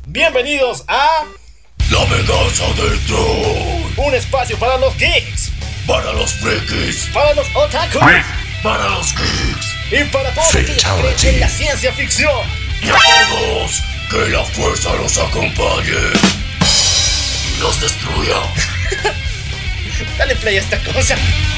Bienvenidos a La Venganza del Troll. un espacio para los geeks, Para los frikis, para los otakus para los geeks y para todos aquellos que creen en la ciencia ficción. y a todos, que la fuerza los acompañe y los destruya. Dale play a esta cosa.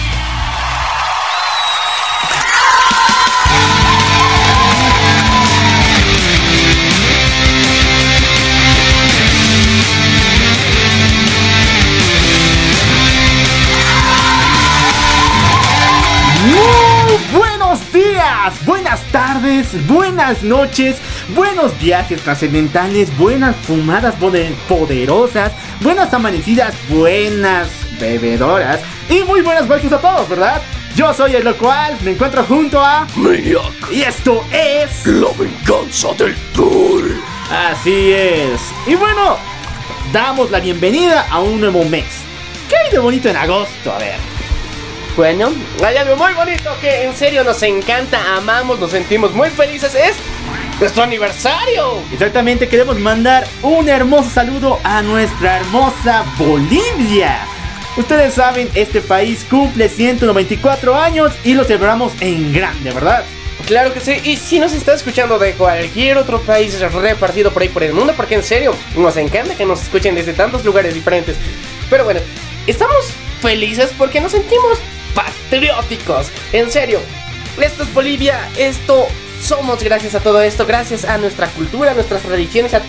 Buenos días, buenas tardes, buenas noches, buenos viajes trascendentales, buenas fumadas poderosas, buenas amanecidas, buenas bebedoras y muy buenas noches a todos, ¿verdad? Yo soy el locual, me encuentro junto a Maniac, y esto es La Venganza del Troll. Así es. Y bueno, damos la bienvenida a un nuevo mes. ¿Qué hay de bonito en agosto? A ver. Bueno, hay algo muy bonito que en serio nos encanta, amamos, nos sentimos muy felices. Es nuestro aniversario. Exactamente, queremos mandar un hermoso saludo a nuestra hermosa Bolivia. Ustedes saben, este país cumple 194 años y lo celebramos en grande, ¿verdad? Claro que sí, y si nos está escuchando de cualquier otro país repartido por ahí por el mundo, porque en serio, nos encanta que nos escuchen desde tantos lugares diferentes. Pero bueno, estamos felices porque nos sentimos patrióticos. En serio, esto es Bolivia, esto somos gracias a todo esto, gracias a nuestra cultura, a nuestras religiones, a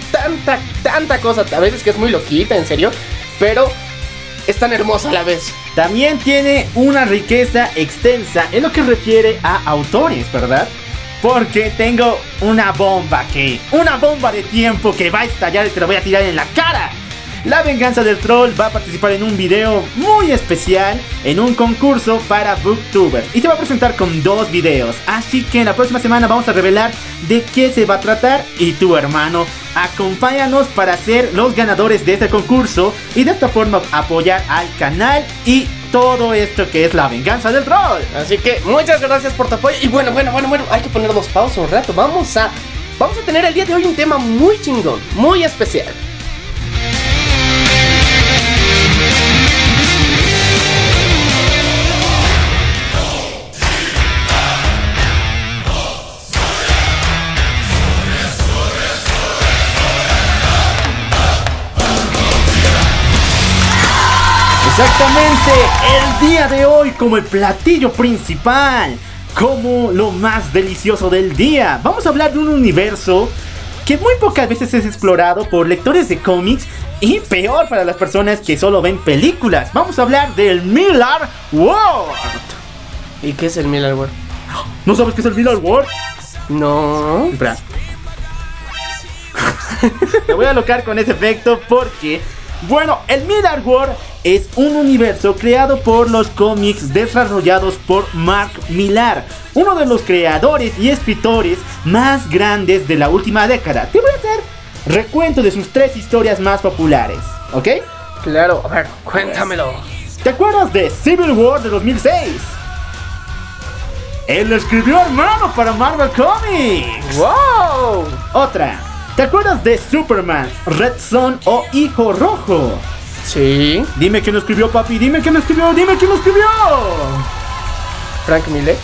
tanta cosa, a veces que es muy loquita, en serio, pero es tan hermosa a la vez. También tiene una riqueza extensa en lo que refiere a autores, ¿verdad? Porque tengo una bomba aquí, una bomba de tiempo que va a estallar y te la voy a tirar en la cara. La Venganza del Troll va a participar en un video muy especial en un concurso para Booktubers y se va a presentar con 2 videos. Así que en la próxima semana vamos a revelar de qué se va a tratar. Y tú, hermano, acompáñanos para ser los ganadores de este concurso y de esta forma apoyar al canal y todo esto que es La Venganza del Troll. Así que muchas gracias por tu apoyo. Y bueno, hay que ponernos pausa un rato. Vamos a tener el día de hoy un tema muy chingón, muy especial. Exactamente, el día de hoy como el platillo principal, como lo más delicioso del día. Vamos a hablar de un universo que muy pocas veces es explorado por lectores de cómics y peor para las personas que solo ven películas. Vamos a hablar del Millar World. ¿Y qué es el Millar World? ¿No sabes qué es el Millar World? No. Espera. Me voy a alocar con ese efecto porque, bueno, el Millar World es un universo creado por los cómics desarrollados por Mark Millar, uno de los creadores y escritores más grandes de la última década. Te voy a hacer recuento de sus 3 historias más populares, ¿ok? Claro, a ver, cuéntamelo. ¿Te acuerdas de Civil War de 2006? Él lo escribió, hermano, para Marvel Comics. ¡Wow! Otra, ¿te acuerdas de Superman, Red Son o Hijo Rojo? Sí. Dime quién lo escribió, papi, dime quién lo escribió, dime quién lo escribió. Frank Miller.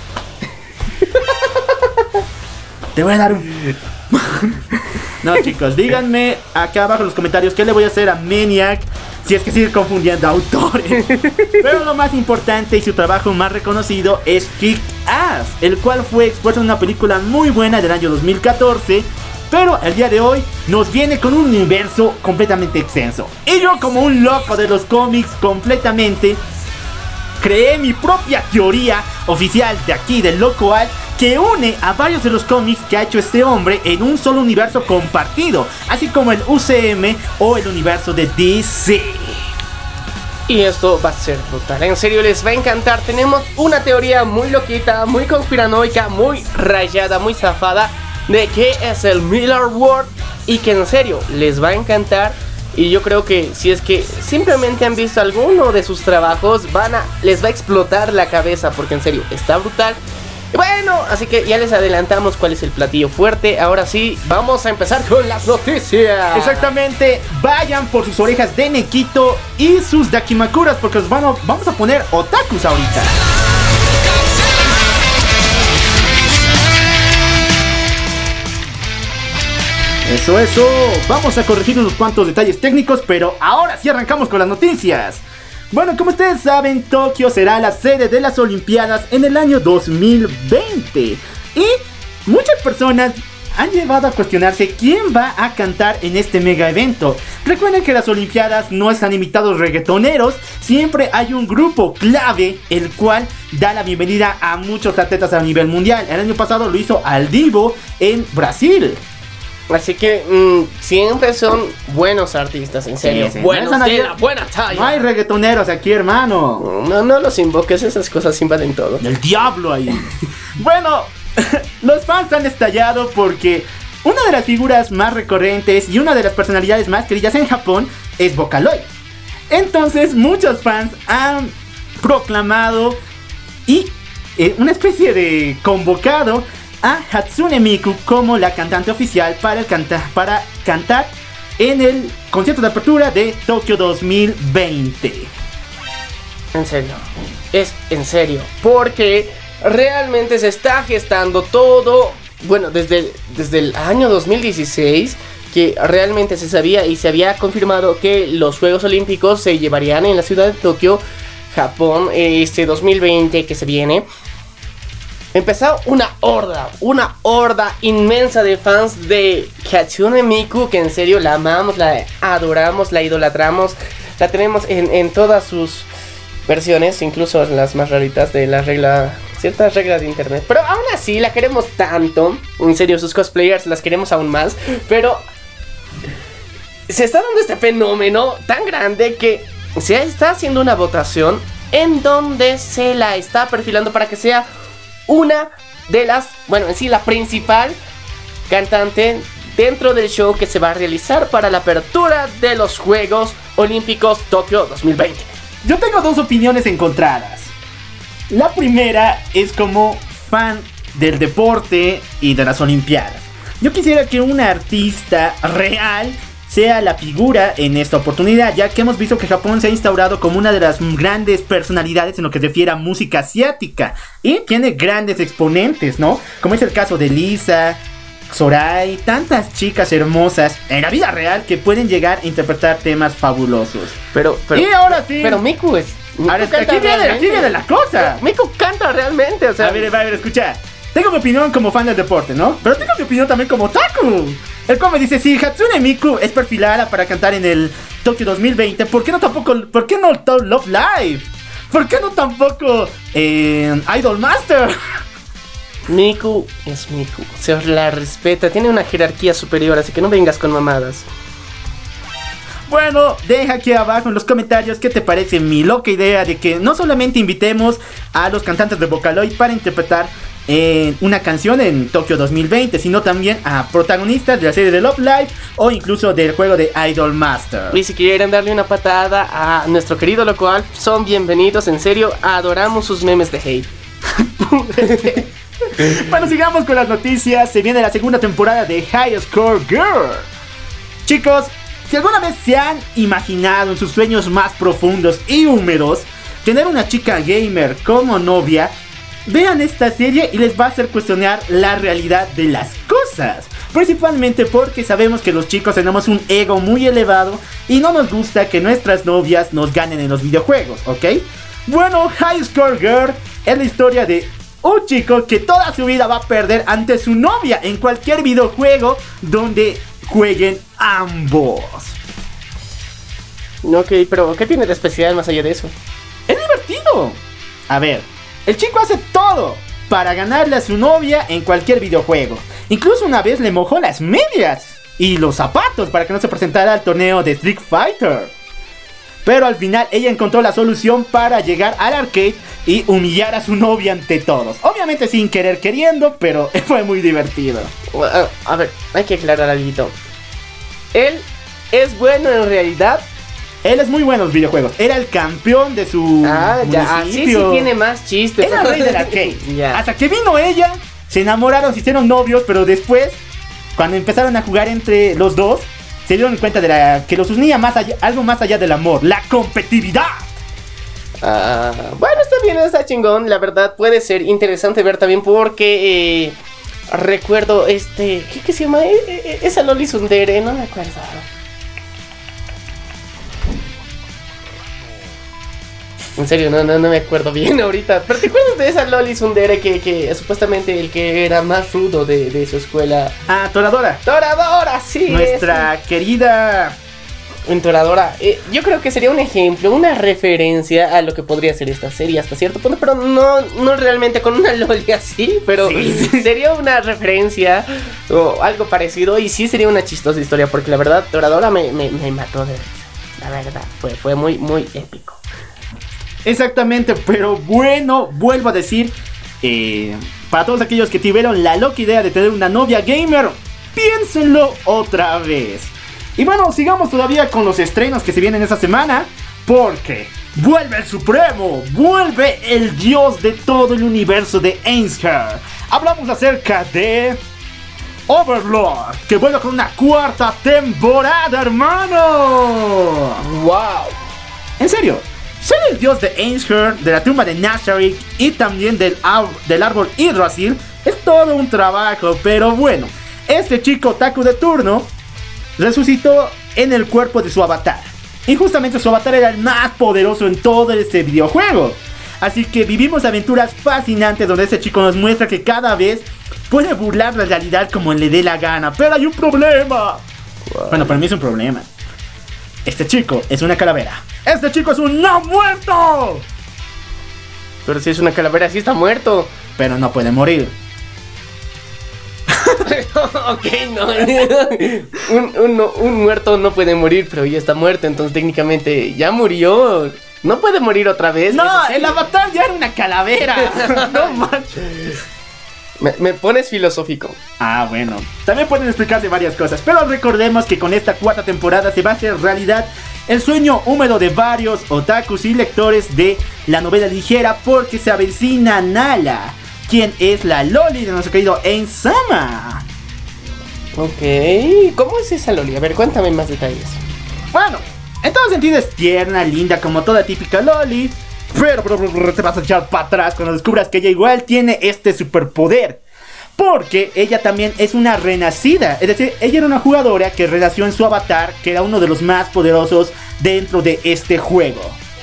Te voy a dar un... No, chicos, díganme acá abajo en los comentarios qué le voy a hacer a Maniac si es que sigue confundiendo autores. Pero lo más importante y su trabajo más reconocido es Kick-Ass, el cual fue expuesto en una película muy buena del año 2014. Pero el día de hoy nos viene con un universo completamente extenso. Y yo, como un loco de los cómics completamente, creé mi propia teoría oficial de aquí del Locual, que une a varios de los cómics que ha hecho este hombre en un solo universo compartido, así como el UCM o el universo de DC. Y esto va a ser brutal, en serio les va a encantar. Tenemos una teoría muy loquita, muy conspiranoica, muy rayada, muy zafada de qué es el Millar World y que en serio les va a encantar. Y yo creo que si es que simplemente han visto alguno de sus trabajos, les va a explotar la cabeza, porque en serio está brutal. Bueno, así que ya les adelantamos cuál es el platillo fuerte. Ahora sí, vamos a empezar con las noticias. Exactamente, vayan por sus orejas de Nekito y sus Dakimakuras porque vamos a poner otakus ahorita. Eso, vamos a corregir unos cuantos detalles técnicos, pero ahora sí arrancamos con las noticias. Bueno, como ustedes saben, Tokio será la sede de las Olimpiadas en el año 2020. Y muchas personas han llevado a cuestionarse quién va a cantar en este mega evento. Recuerden que las Olimpiadas no están invitados reggaetoneros, siempre hay un grupo clave el cual da la bienvenida a muchos atletas a nivel mundial. El año pasado lo hizo Aldivo en Brasil. Así que siempre son buenos artistas, en serio. Sí, buenos no de la buena talla. No hay reggaetoneros aquí, hermano. No los invoques, esas cosas invaden todo. El diablo ahí. Bueno, los fans han estallado porque una de las figuras más recurrentes y una de las personalidades más queridas en Japón es Vocaloid. Entonces muchos fans han proclamado y una especie de convocado a Hatsune Miku como la cantante oficial para cantar en el concierto de apertura de Tokio 2020. En serio, es en serio, porque realmente se está gestando todo, bueno, desde el año 2016, que realmente se sabía y se había confirmado que los Juegos Olímpicos se llevarían en la ciudad de Tokio, Japón, este 2020 que se viene. Empezó una horda inmensa de fans de Hatsune Miku, que en serio la amamos, la adoramos, la idolatramos, la tenemos en todas sus versiones, incluso las más raritas de ciertas reglas de internet. Pero aún así la queremos tanto, en serio sus cosplayers las queremos aún más, pero se está dando este fenómeno tan grande que se está haciendo una votación en donde se la está perfilando para que sea una de las, bueno, en sí la principal cantante dentro del show que se va a realizar para la apertura de los Juegos Olímpicos Tokio 2020. Yo tengo dos opiniones encontradas. La primera es como fan del deporte y de las Olimpiadas. Yo quisiera que una artista real sea la figura en esta oportunidad, ya que hemos visto que Japón se ha instaurado como una de las grandes personalidades en lo que se refiere a música asiática y tiene grandes exponentes, ¿no? Como es el caso de Lisa, Sorai, tantas chicas hermosas en la vida real que pueden llegar a interpretar temas fabulosos. Pero y ahora sí. Pero Miku es. Ahora, aquí viene la cosa. Miku canta realmente, o sea. A ver, escucha. Tengo mi opinión como fan del deporte, ¿no? Pero tengo mi opinión también como otaku. El cual me dice, si Hatsune Miku es perfilada para cantar en el Tokio 2020, ¿por qué no Love Live? ¿Por qué no tampoco Idol Master? Miku es Miku, se la respeta, tiene una jerarquía superior, así que no vengas con mamadas. Bueno, deja aquí abajo en los comentarios qué te parece mi loca idea de que no solamente invitemos a los cantantes de Vocaloid para interpretar una canción en Tokio 2020, sino también a protagonistas de la serie de Love Live o incluso del juego de Idol Master. Y si quieren darle una patada a nuestro querido local, son bienvenidos, en serio, adoramos sus memes de hate. Bueno, sigamos con las noticias. Se viene la segunda temporada de High Score Girl. Chicos, si alguna vez se han imaginado en sus sueños más profundos y húmedos tener una chica gamer como novia, vean esta serie y les va a hacer cuestionar la realidad de las cosas. Principalmente porque sabemos que los chicos tenemos un ego muy elevado y no nos gusta que nuestras novias nos ganen en los videojuegos, ¿ok? Bueno, High Score Girl es la historia de un chico que toda su vida va a perder ante su novia en cualquier videojuego donde jueguen ambos. Ok, pero ¿qué tiene de especial más allá de eso? Es divertido. A ver, el chico hace todo para ganarle a su novia en cualquier videojuego. Incluso una vez le mojó las medias y los zapatos para que no se presentara al torneo de Street Fighter. Pero al final ella encontró la solución para llegar al arcade y humillar a su novia ante todos. Obviamente sin querer queriendo, pero fue muy divertido. A ver, hay que aclarar algo. ¿Él es bueno en realidad Él es muy bueno en los videojuegos. Era el campeón de su ya, así sí tiene más chistes. Era el rey del arcade. Ya. Hasta que vino ella, se enamoraron, se hicieron novios, pero después, cuando empezaron a jugar entre los dos, se dieron cuenta de que los unía algo más allá del amor, la competitividad. Bueno, está bien, está chingón. La verdad puede ser interesante ver también porque recuerdo ¿qué se llama? Esa Loli Tsundere, no me acuerdo. En serio, no me acuerdo bien ahorita. Pero ¿te acuerdas de esa Loli Tsundere que supuestamente el que era más rudo de su escuela? Toradora. Toradora, sí. Nuestra querida... Toradora. Yo creo que sería un ejemplo, una referencia a lo que podría ser esta serie hasta cierto punto. Pero no realmente con una Loli así. Pero sí. Sería una referencia o algo parecido. Y sí sería una chistosa historia. Porque la verdad, Toradora me mató de risa. La verdad, fue muy, muy épico. Exactamente, pero bueno, vuelvo a decir, para todos aquellos que tuvieron la loca idea de tener una novia gamer, piénsenlo otra vez. Y bueno, sigamos todavía con los estrenos que se vienen esta semana, porque vuelve el Supremo, vuelve el dios de todo el universo de Ainsheart. Hablamos acerca de Overlord, que vuelve con una cuarta temporada, hermano. ¡Wow! En serio. Ser el dios de Ainsheart, de la tumba de Nazarick y también del árbol Yggdrasil es todo un trabajo, pero bueno, este chico otaku de turno resucitó en el cuerpo de su avatar. Y justamente su avatar era el más poderoso en todo este videojuego. Así que vivimos aventuras fascinantes donde este chico nos muestra que cada vez puede burlar la realidad como le dé la gana. Pero hay un problema. Bueno, para mí es un problema. Este chico es una calavera. ¡Este chico es un no muerto! Pero si es una calavera, sí está muerto. Pero no puede morir. Ok, no. Un muerto no puede morir, pero ya está muerto. Entonces técnicamente ya murió. No puede morir otra vez. No, sí. El avatar ya era una calavera. No manches. Me pones filosófico. Bueno, también pueden explicarse varias cosas. Pero recordemos que con esta cuarta temporada se va a hacer realidad el sueño húmedo de varios otakus y lectores de la novela ligera, porque se avecina Nala, quien es la Loli de nuestro querido Ainsama. Ok, ¿cómo es esa Loli? A ver, cuéntame más detalles. Bueno, en todo sentido es tierna, linda, como toda típica Loli. Pero te vas a echar para atrás cuando descubras que ella igual tiene este superpoder. Porque ella también es una renacida. Es decir, ella era una jugadora que renació en su avatar, que era uno de los más poderosos dentro de este juego.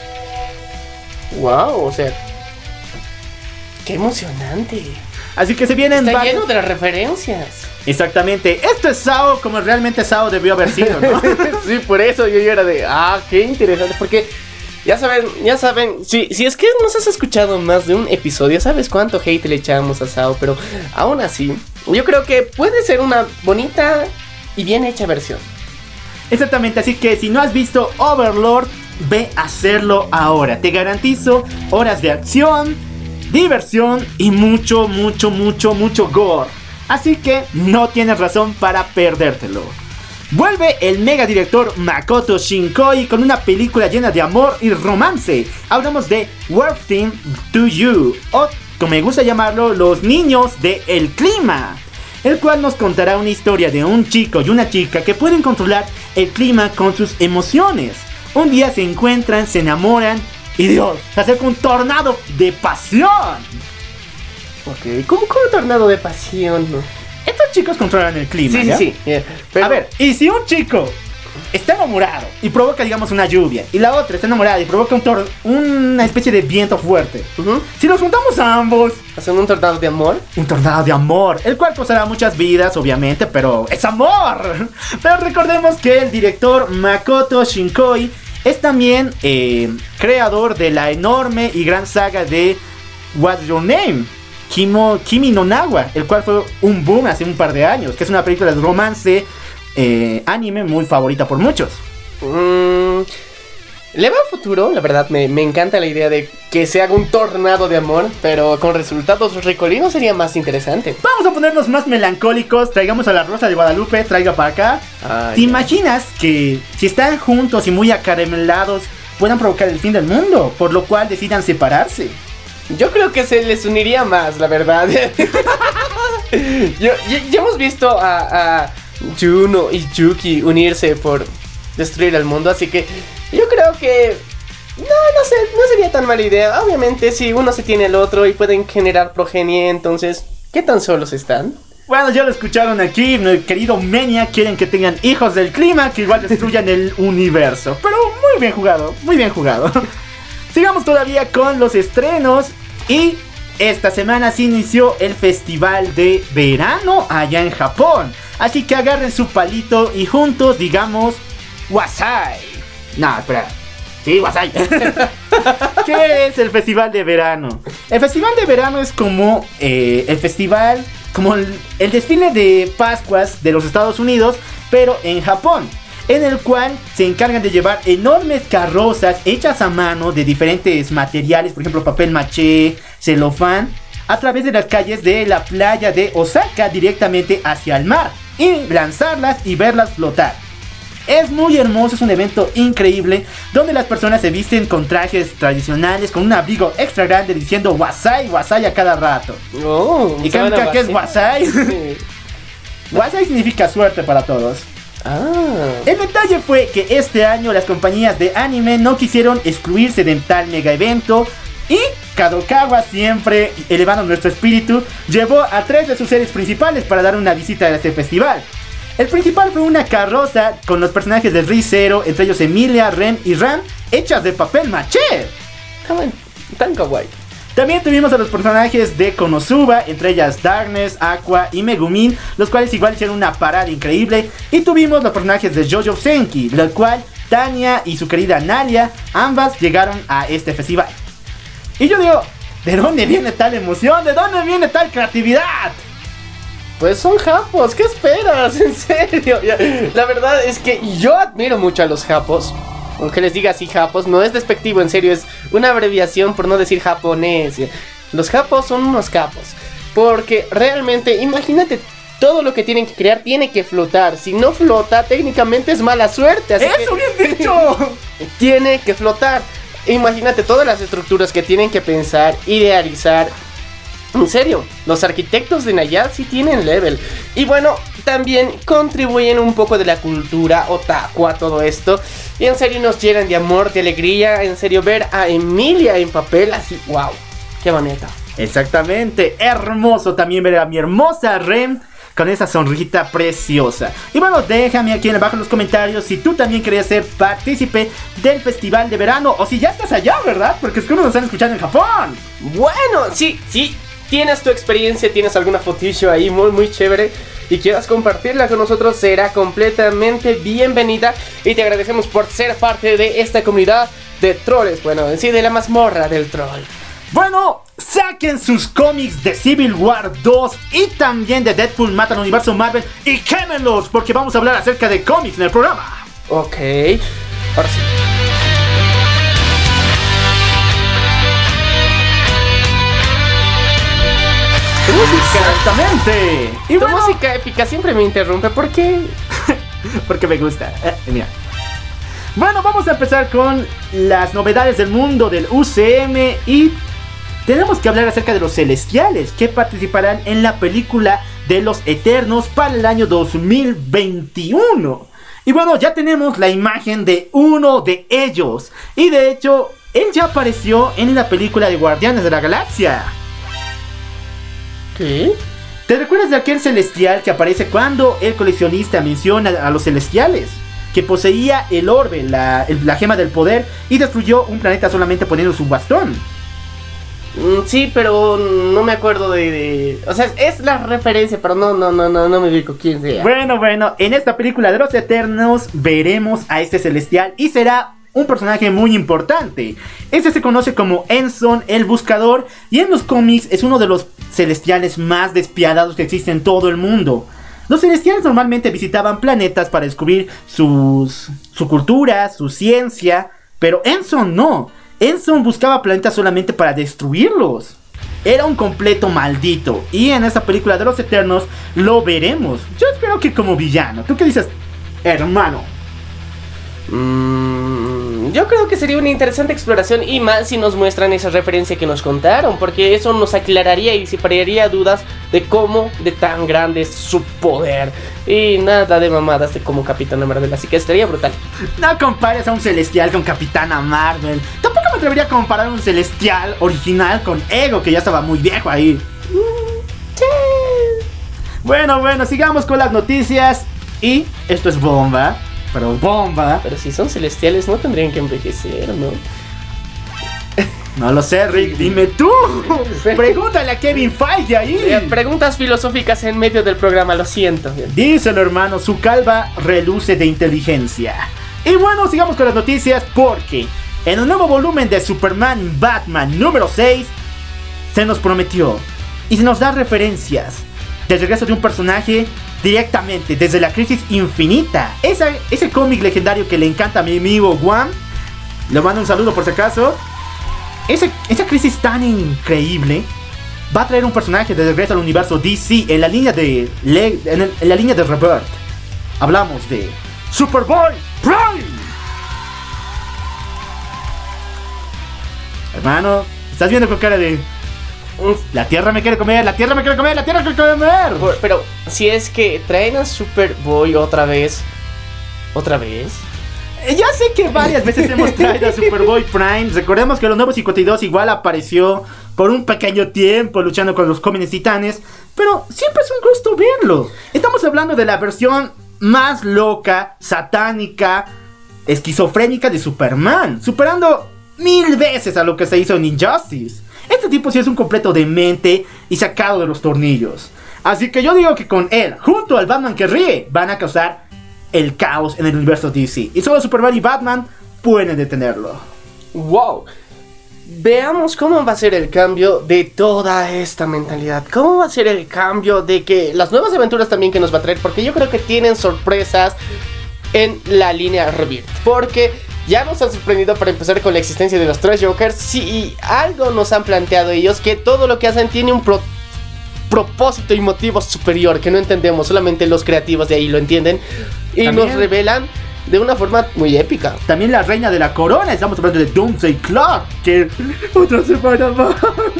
Wow, o sea, qué emocionante. Así que se vienen Está lleno de referencias. Exactamente, esto es SAO como realmente SAO debió haber sido, ¿no? Sí, por eso yo era de, qué interesante. Porque ya saben, si es que nos has escuchado más de un episodio, sabes cuánto hate le echamos a SAO, pero aún así, yo creo que puede ser una bonita y bien hecha versión. Exactamente, así que si no has visto Overlord, ve a hacerlo ahora. Te garantizo horas de acción, diversión y mucho gore. Así que no tienes razón para perdértelo. Vuelve el mega director Makoto Shinkoi con una película llena de amor y romance. Hablamos de Worthing to You, o como me gusta llamarlo, los niños del clima, el cual nos contará una historia de un chico y una chica que pueden controlar el clima con sus emociones. Un día se encuentran, se enamoran y Dios, se acerca un tornado de pasión. Ok, ¿cómo un tornado de pasión? Estos chicos controlan el clima, ¿ya? Sí. Pero... A ver, y si un chico está enamorado y provoca, digamos, una lluvia, y la otra está enamorada y provoca una especie de viento fuerte, si los juntamos a ambos, ¿hacen un tornado de amor? Un tornado de amor, el cual costará muchas vidas, obviamente, pero es amor. Pero recordemos que el director Makoto Shinkoi es también creador de la enorme y gran saga de What's Your Name? Kimi no Nawa, el cual fue un boom hace un par de años, que es una película de romance anime muy favorita por muchos. Le va a futuro, la verdad, me encanta la idea de que se haga un tornado de amor, pero con resultados ricolinos sería más interesante. Vamos a ponernos más melancólicos. Traigamos a la Rosa de Guadalupe, traiga para acá. ¿Te imaginas que si están juntos y muy acaramelados puedan provocar el fin del mundo? Por lo cual decidan separarse. Yo creo que se les uniría más, la verdad. Ya hemos visto a Juno y Yuki unirse por destruir el mundo, así que yo creo que no sé, no sería tan mala idea. Obviamente si uno se tiene el otro y pueden generar progenie, entonces ¿qué tan solos están? Bueno, ya lo escucharon aquí, mi querido Menia. Quieren que tengan hijos del clima que igual destruyan el universo. Pero muy bien jugado, muy bien jugado. Sigamos todavía con los estrenos. Y esta semana se inició el festival de verano allá en Japón. Así que agarren su palito y juntos digamos Wasai. No, espera. Sí, Wasai. ¿Qué es el festival de verano? El festival de verano es como el festival, como el desfile de Pascuas de los Estados Unidos, pero en Japón, en el cual se encargan de llevar enormes carrozas hechas a mano de diferentes materiales, por ejemplo papel maché, celofán, a través de las calles de la playa de Osaka directamente hacia el mar y lanzarlas y verlas flotar. Es muy hermoso, es un evento increíble donde las personas se visten con trajes tradicionales, con un abrigo extra grande diciendo Wasai, Wasai a cada rato. ¿Y qué es Wasai? Sí. Wasai significa suerte para todos. El detalle fue que este año las compañías de anime no quisieron excluirse de tal mega evento y Kadokawa, siempre elevando nuestro espíritu, llevó a 3 de sus series principales para dar una visita a este festival. El principal fue una carroza con los personajes de Re:Zero, entre ellos Emilia, Ren y Ran, hechas de papel maché. Tan kawaii. También tuvimos a los personajes de Konosuba, entre ellas Darkness, Aqua y Megumin, los cuales igual hicieron una parada increíble. Y tuvimos los personajes de JoJo Senki, lo cual Tanya y su querida Nalia, ambas llegaron a este festival. Y yo digo, ¿de dónde viene tal emoción? ¿De dónde viene tal creatividad? Pues son japos, ¿qué esperas? En serio, la verdad es que yo admiro mucho a los japos. Aunque les diga así japos, no es despectivo, en serio, es una abreviación por no decir japonés. Los japos son unos capos. Porque realmente, imagínate, todo lo que tienen que crear tiene que flotar. Si no flota, técnicamente es mala suerte. Así ¡eso bien dicho! Tiene que flotar. Imagínate todas las estructuras que tienen que pensar, idealizar. En serio, los arquitectos de Nayar sí tienen level. Y bueno, también contribuyen un poco de la cultura otaku a todo esto. Y en serio nos llenan de amor, de alegría. En serio, ver a Emilia en papel así, wow, qué bonita. Exactamente, hermoso también ver a mi hermosa Ren con esa sonrita preciosa. Y bueno, déjame aquí abajo en los comentarios si tú también querías ser partícipe del festival de verano, o si ya estás allá, ¿verdad? Porque es que nos están escuchando en Japón. Bueno, sí, tienes tu experiencia, tienes alguna fotillo ahí muy chévere y quieras compartirla con nosotros, será completamente bienvenida. Y te agradecemos por ser parte de esta comunidad de troles, bueno, en sí de la mazmorra del troll. Bueno, saquen sus cómics de Civil War 2 y también de Deadpool Mata al Universo Marvel y quémenlos, porque vamos a hablar acerca de cómics en el programa. Ok, ahora sí. Exactamente. Y tu música épica siempre me interrumpe, ¿por qué? Porque me gusta. Mira. Bueno, vamos a empezar con las novedades del mundo del UCM y tenemos que hablar acerca de los Celestiales que participarán en la película de los Eternos para el año 2021. Y bueno, ya tenemos la imagen de uno de ellos. Y de hecho, él ya apareció en la película de Guardianes de la Galaxia. ¿Qué? ¿Te recuerdas de aquel celestial que aparece cuando el coleccionista menciona a los celestiales? Que poseía el orbe, la gema del poder, y destruyó un planeta solamente poniendo su bastón. Sí, pero no me acuerdo o sea, es la referencia, pero no me ubico quién sea. Bueno, en esta película de los Eternos veremos a este celestial y será un personaje muy importante. Este se conoce como Enson el Buscador y en los cómics es uno de los celestiales más despiadados que existen en todo el mundo. Los celestiales normalmente visitaban planetas para descubrir su cultura, su ciencia Pero Enson no. Enson buscaba planetas solamente para destruirlos. Era un completo maldito. Y en esta película de los Eternos lo veremos. Yo espero que como villano. ¿Tú qué dices, hermano? Yo creo que sería una interesante exploración, y más si nos muestran esa referencia que nos contaron, porque eso nos aclararía y disiparía dudas de cómo de tan grande es su poder. Y nada de mamadas de como Capitana Marvel, así que estaría brutal. No compares a un Celestial con Capitana Marvel. Tampoco me atrevería a comparar a un Celestial original con Ego, que ya estaba muy viejo ahí. Bueno, sigamos con las noticias. Y esto es bomba. Pero bomba. Pero si son celestiales no tendrían que envejecer, ¿no? No lo sé, Rick, dime tú. Pregúntale a Kevin Feige ahí. Preguntas filosóficas en medio del programa, lo siento. Díselo, hermano, su calva reluce de inteligencia. Y bueno, sigamos con las noticias, porque en un nuevo volumen de Superman Batman número 6 se nos prometió y se nos da referencias del regreso de un personaje directamente desde la Crisis Infinita. Ese cómic legendario que le encanta a mi amigo Guam. Le mando un saludo por si acaso. Esa crisis tan increíble va a traer un personaje de regreso al universo DC en la línea de en la línea de Rebirth. Hablamos de Superboy Prime. Hermano, estás viendo con cara de la tierra me quiere comer, la tierra me quiere comer, la tierra me quiere comer. Pero si es que traen a Superboy otra vez. Ya sé que varias veces hemos traído a Superboy Prime. Recordemos que los Nuevos 52 igual apareció por un pequeño tiempo luchando con los jóvenes titanes, pero siempre es un gusto verlo. Estamos hablando de la versión más loca, satánica, esquizofrénica de Superman, superando 1000 veces a lo que se hizo en Injustice. Este tipo sí es un completo demente y sacado de los tornillos. Así que yo digo que con él, junto al Batman que ríe, van a causar el caos en el universo DC. Y solo Superman y Batman pueden detenerlo. Wow. Veamos cómo va a ser el cambio de toda esta mentalidad. Cómo va a ser el cambio de que las nuevas aventuras también que nos va a traer. Porque yo creo que tienen sorpresas en la línea Rebirth. Porque ya nos han sorprendido para empezar con la existencia de los 3 Jokers. Sí, algo nos han planteado ellos, que todo lo que hacen tiene un propósito y motivo superior que no entendemos, solamente los creativos de ahí lo entienden. Y también nos revelan de una forma muy épica. También la reina de la corona, estamos hablando de Doomsday Clock, que otra semana más.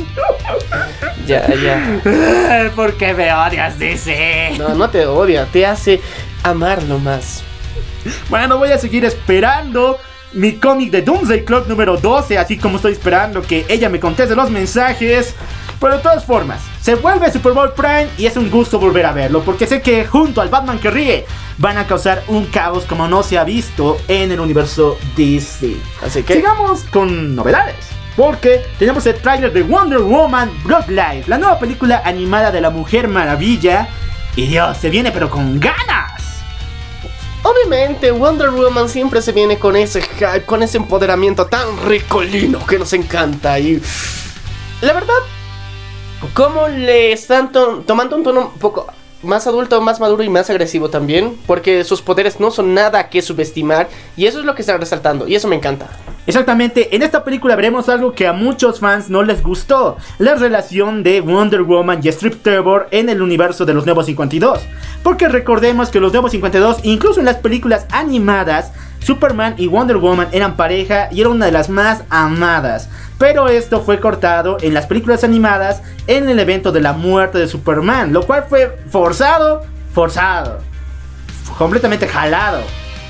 Ya. ¿Por qué me odias, DC? No te odia, te hace amarlo más. Bueno, voy a seguir esperando mi cómic de Doomsday Clock número 12, así como estoy esperando que ella me conteste los mensajes. Pero de todas formas, se vuelve Superboy Prime y es un gusto volver a verlo, porque sé que junto al Batman que ríe van a causar un caos como no se ha visto en el universo DC. Así que sigamos con novedades, porque tenemos el tráiler de Wonder Woman Bloodline, la nueva película animada de la Mujer Maravilla. Y Dios, se viene pero con ganas. Obviamente Wonder Woman siempre se viene con ese hype, con ese empoderamiento tan ricolino que nos encanta. Y la verdad, como le están tomando un tono un poco más adulto, más maduro y más agresivo también, porque sus poderes no son nada que subestimar, y eso es lo que están resaltando, y eso me encanta. Exactamente, en esta película veremos algo que a muchos fans no les gustó: la relación de Wonder Woman y Strip Trevor en el universo de los Nuevos 52. Porque recordemos que los Nuevos 52, incluso en las películas animadas, Superman y Wonder Woman eran pareja y era una de las más amadas. Pero esto fue cortado en las películas animadas en el evento de la muerte de Superman, lo cual fue forzado, completamente jalado.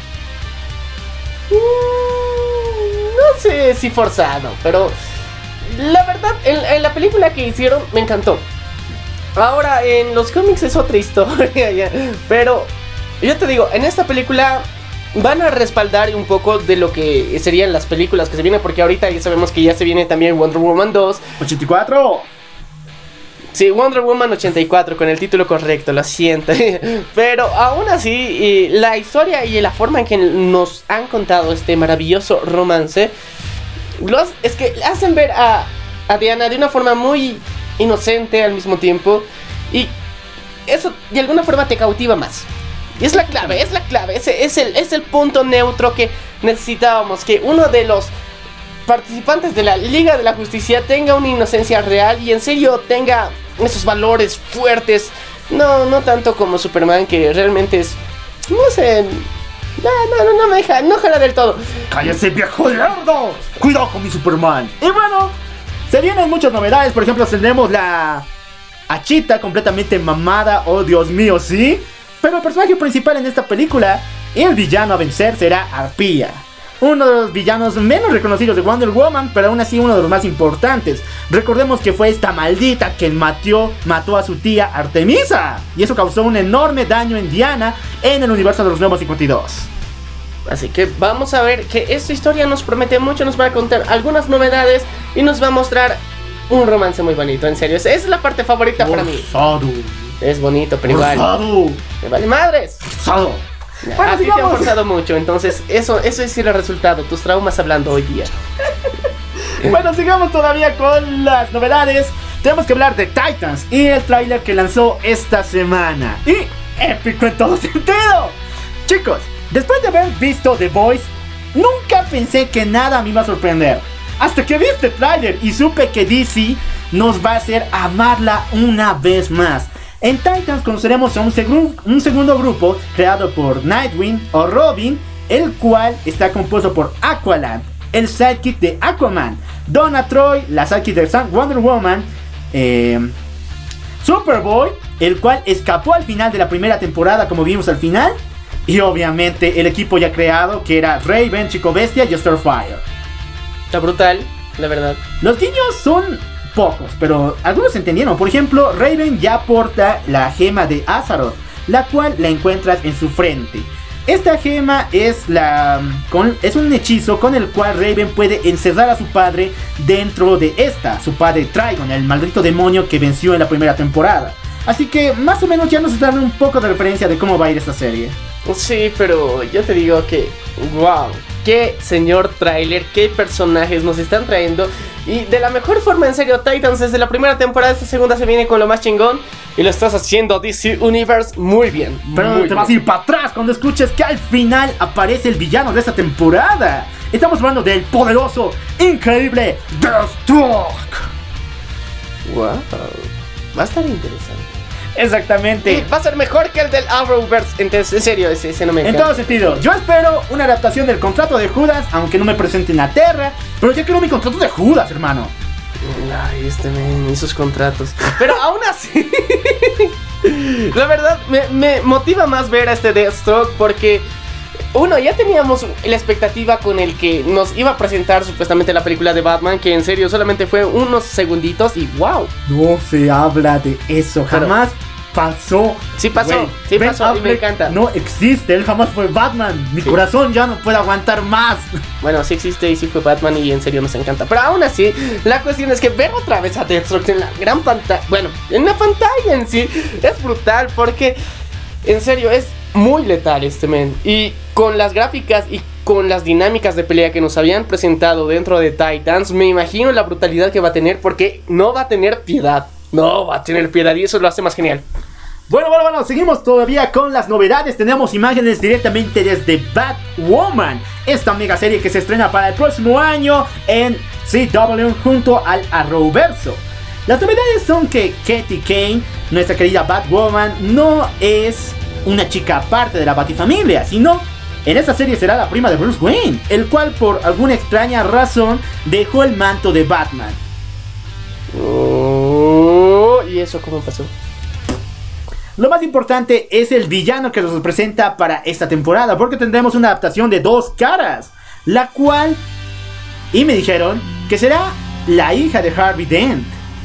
No sé si forzado, pero la verdad, en la película que hicieron me encantó. Ahora, en los cómics es otra historia ya. Pero yo te digo, en esta película van a respaldar un poco de lo que serían las películas que se vienen, porque ahorita ya sabemos que ya se viene también Wonder Woman 2 84. Sí, Wonder Woman 84, con el título correcto, lo siento. Pero aún así, la historia y la forma en que nos han contado este maravilloso romance es que hacen ver a Diana de una forma muy inocente al mismo tiempo, y eso de alguna forma te cautiva más. Y es la clave, es el punto neutro que necesitábamos, que uno de los participantes de la Liga de la Justicia tenga una inocencia real y en serio tenga esos valores fuertes. No tanto como Superman, que realmente es, no sé, no me deja, no jala del todo. ¡Cállese, viejo lerdo! ¡Cuidado con mi Superman! Y bueno, se vienen muchas novedades. Por ejemplo, tendremos la Cheetah completamente mamada. ¡Oh, Dios mío, sí! Pero el personaje principal en esta película, el villano a vencer, será Arpía, uno de los villanos menos reconocidos de Wonder Woman, pero aún así uno de los más importantes. Recordemos que fue esta maldita quien mató a su tía Artemisa, y eso causó un enorme daño en Diana en el universo de los Nuevos 52. Así que vamos a ver que esta historia nos promete mucho, nos va a contar algunas novedades y nos va a mostrar un romance muy bonito, en serio. Es la parte favorita para mí. Es bonito, pero igual. Me vale madres. Bueno, a ti te han forzado mucho, entonces eso es el resultado, tus traumas hablando hoy día. Bueno, sigamos todavía con las novedades. Tenemos que hablar de Titans y el tráiler que lanzó esta semana. Y épico en todo sentido. Chicos, después de haber visto The Boys, nunca pensé que nada me iba a sorprender. Hasta que vi este tráiler y supe que DC nos va a hacer amarla una vez más. En Titans conoceremos a un segundo grupo creado por Nightwing o Robin, el cual está compuesto por Aqualad, el sidekick de Aquaman, Donna Troy, la sidekick de Wonder Woman, Superboy, el cual escapó al final de la primera temporada como vimos al final, y obviamente el equipo ya creado que era Raven, Chico Bestia y Starfire. Está brutal, la verdad. Los guiños son pocos, pero algunos entendieron. Por ejemplo, Raven ya porta la gema de Azeroth, la cual la encuentras en su frente. Esta gema es un hechizo con el cual Raven puede encerrar a su padre dentro de su padre Trigon, el maldito demonio que venció en la primera temporada. Así que más o menos ya nos dan un poco de referencia de cómo va a ir esta serie. Sí, pero yo te digo que wow, qué señor tráiler, qué personajes nos están trayendo. Y de la mejor forma, en serio, Titans desde la primera temporada, esta segunda se viene con lo más chingón. Y lo estás haciendo DC Universe muy bien. Pero muy te bien. vas a ir para atrás cuando escuches que al final aparece el villano de esta temporada. Estamos hablando del poderoso, increíble Deathstroke. Wow, va a estar interesante. Exactamente. Y va a ser mejor que el del Arrowverse. Entonces, en serio, ese no me encanta. En todo sentido, yo espero una adaptación del contrato de Judas, aunque no me presenten a Terra. Pero yo quiero mi contrato de Judas, hermano. Ay, men y sus contratos. Pero aún así, la verdad, me motiva más ver a este Deathstroke porque uno, ya teníamos la expectativa con el que nos iba a presentar supuestamente la película de Batman, que en serio solamente fue unos segunditos y wow. No se habla de eso, jamás pasó. Sí pasó, Wey, sí Ben pasó y me Affleck encanta. no existe, él jamás fue Batman. Mi Sí. corazón ya no puede aguantar más. Bueno, sí existe y sí fue Batman y en serio nos encanta. Pero aún así, la cuestión es que ver otra vez a Deathstroke en la gran pantalla, bueno, en la pantalla en sí, es brutal porque en serio es muy letal este men. Y con las gráficas y con las dinámicas de pelea que nos habían presentado dentro de Titans, me imagino la brutalidad que va a tener porque no va a tener piedad. No va a tener piedad y eso lo hace más genial. Bueno, seguimos todavía con las novedades. Tenemos imágenes directamente desde Batwoman, esta mega serie que se estrena para el próximo año en CW junto al Arrowverso. Las novedades son que Katie Kane, nuestra querida Batwoman, no es una chica aparte de la Batifamilia, sino en esta serie será la prima de Bruce Wayne, el cual por alguna extraña razón dejó el manto de Batman. ¿Y eso cómo pasó? Lo más importante es el villano que nos presenta para esta temporada, porque tendremos una adaptación de Dos Caras, la cual, y me dijeron que será la hija de Harvey Dent.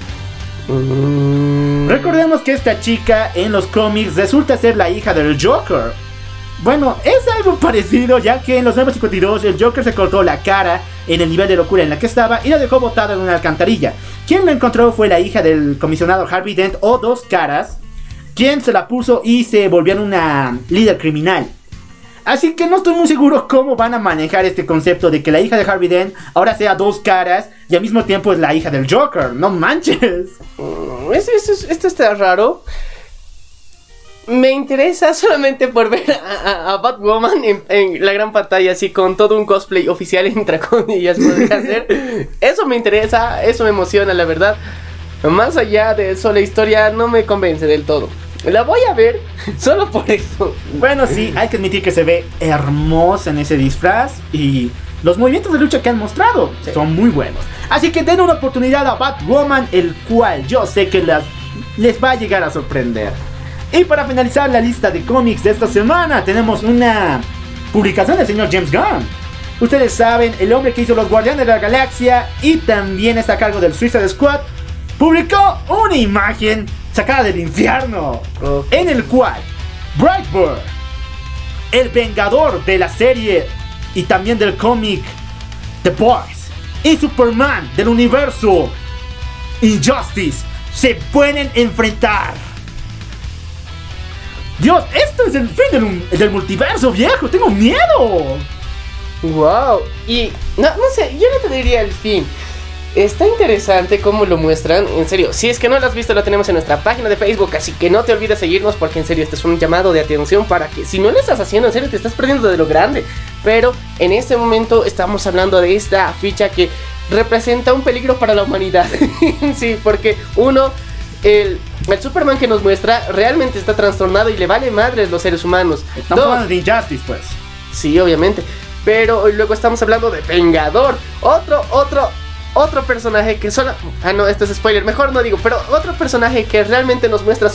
Recordemos que esta chica en los cómics resulta ser la hija del Joker. Bueno, es algo parecido, ya que en los 952 el Joker se cortó la cara en el nivel de locura en la que estaba y la dejó botada en una alcantarilla. Quien lo encontró fue la hija del comisionado Harvey Dent o Dos Caras, quien se la puso y se volvió en una líder criminal. Así que no estoy muy seguro cómo van a manejar este concepto de que la hija de Harvey Dent ahora sea Dos Caras y al mismo tiempo es la hija del Joker. No manches. Esto está raro. me interesa solamente por ver a Batwoman en la gran pantalla, así con todo un cosplay oficial, entre comillas, podría ser. Eso me interesa, eso me emociona, la verdad. Más allá de eso, la historia no me convence del todo. La voy a ver solo por eso. Bueno, sí, hay que admitir que se ve hermosa en ese disfraz y los movimientos de lucha que han mostrado son muy buenos. Así que den una oportunidad a Batwoman, el cual yo sé que les va a llegar a sorprender. Y para finalizar la lista de cómics de esta semana, tenemos una publicación del señor James Gunn. Ustedes saben, el hombre que hizo Los Guardianes de la Galaxia y también está a cargo del Suicide Squad, publicó una imagen sacada del infierno, en el cual Brightburn, el vengador de la serie y también del cómic The Boys, y Superman del universo Injustice se pueden enfrentar. Dios, esto es el fin del multiverso, viejo. Tengo miedo. Wow. Y no sé, yo no te diría el fin. Está interesante cómo lo muestran. En serio, si es que no lo has visto, lo tenemos en nuestra página de Facebook. Así que no te olvides seguirnos, porque en serio este es un llamado de atención para que, si no lo estás haciendo, en serio te estás perdiendo de lo grande. Pero en este momento estamos hablando de esta ficha que representa un peligro para la humanidad. Sí, porque el Superman que nos muestra realmente está trastornado y le vale madres los seres humanos. Estamos hablando de Injustice, pues. Sí, obviamente. Pero luego estamos hablando de Vengador. Otro personaje que solo... Ah, no, esto es spoiler, mejor no digo. Pero otro personaje que realmente nos muestra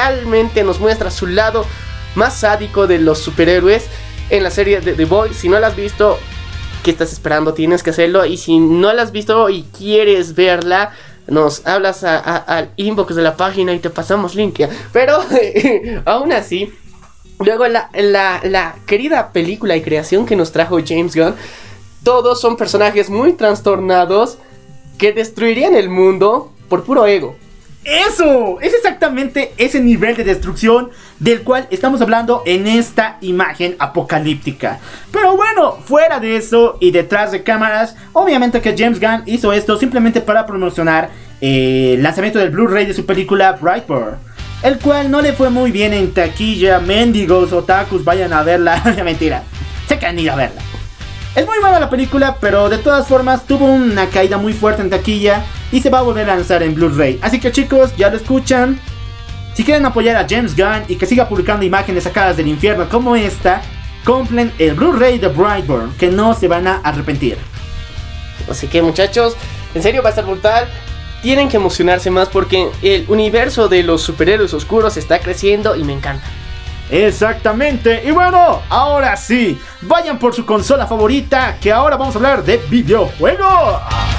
su lado más sádico de los superhéroes en la serie de The Boys. Si no la has visto, ¿qué estás esperando? Tienes que hacerlo. Y si no la has visto y quieres verla, nos hablas al inbox de la página y te pasamos link, ¿ya? Pero aún así, luego la querida película y creación que nos trajo James Gunn, todos son personajes muy trastornados que destruirían el mundo por puro ego. Eso, es exactamente ese nivel de destrucción del cual estamos hablando en esta imagen apocalíptica. Pero bueno, fuera de eso y detrás de cámaras, obviamente que James Gunn hizo esto simplemente para promocionar el lanzamiento del Blu-ray de su película Brightburn, el cual no le fue muy bien en taquilla. Mendigos otakus, vayan a verla. Mentira, se que han ido a verla. Es muy buena la película, pero de todas formas tuvo una caída muy fuerte en taquilla y se va a volver a lanzar en Blu-ray. Así que chicos, ya lo escuchan. Si quieren apoyar a James Gunn y que siga publicando imágenes sacadas del infierno como esta, compren el Blu-ray de Brightburn, que no se van a arrepentir. Así que muchachos, en serio va a estar brutal. Tienen que emocionarse más porque el universo de los superhéroes oscuros está creciendo y me encanta. Exactamente, y bueno, ahora sí, vayan por su consola favorita, que ahora vamos a hablar de videojuegos.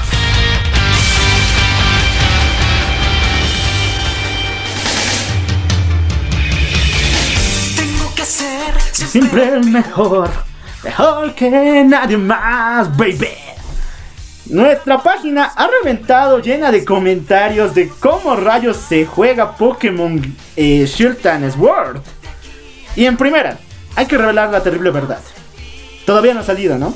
Tengo que ser siempre el mejor que nadie más, baby. Nuestra página ha reventado llena de comentarios de cómo rayos se juega Pokémon Shield and Sword. Y en primera, hay que revelar la terrible verdad. Todavía no ha salido, ¿no?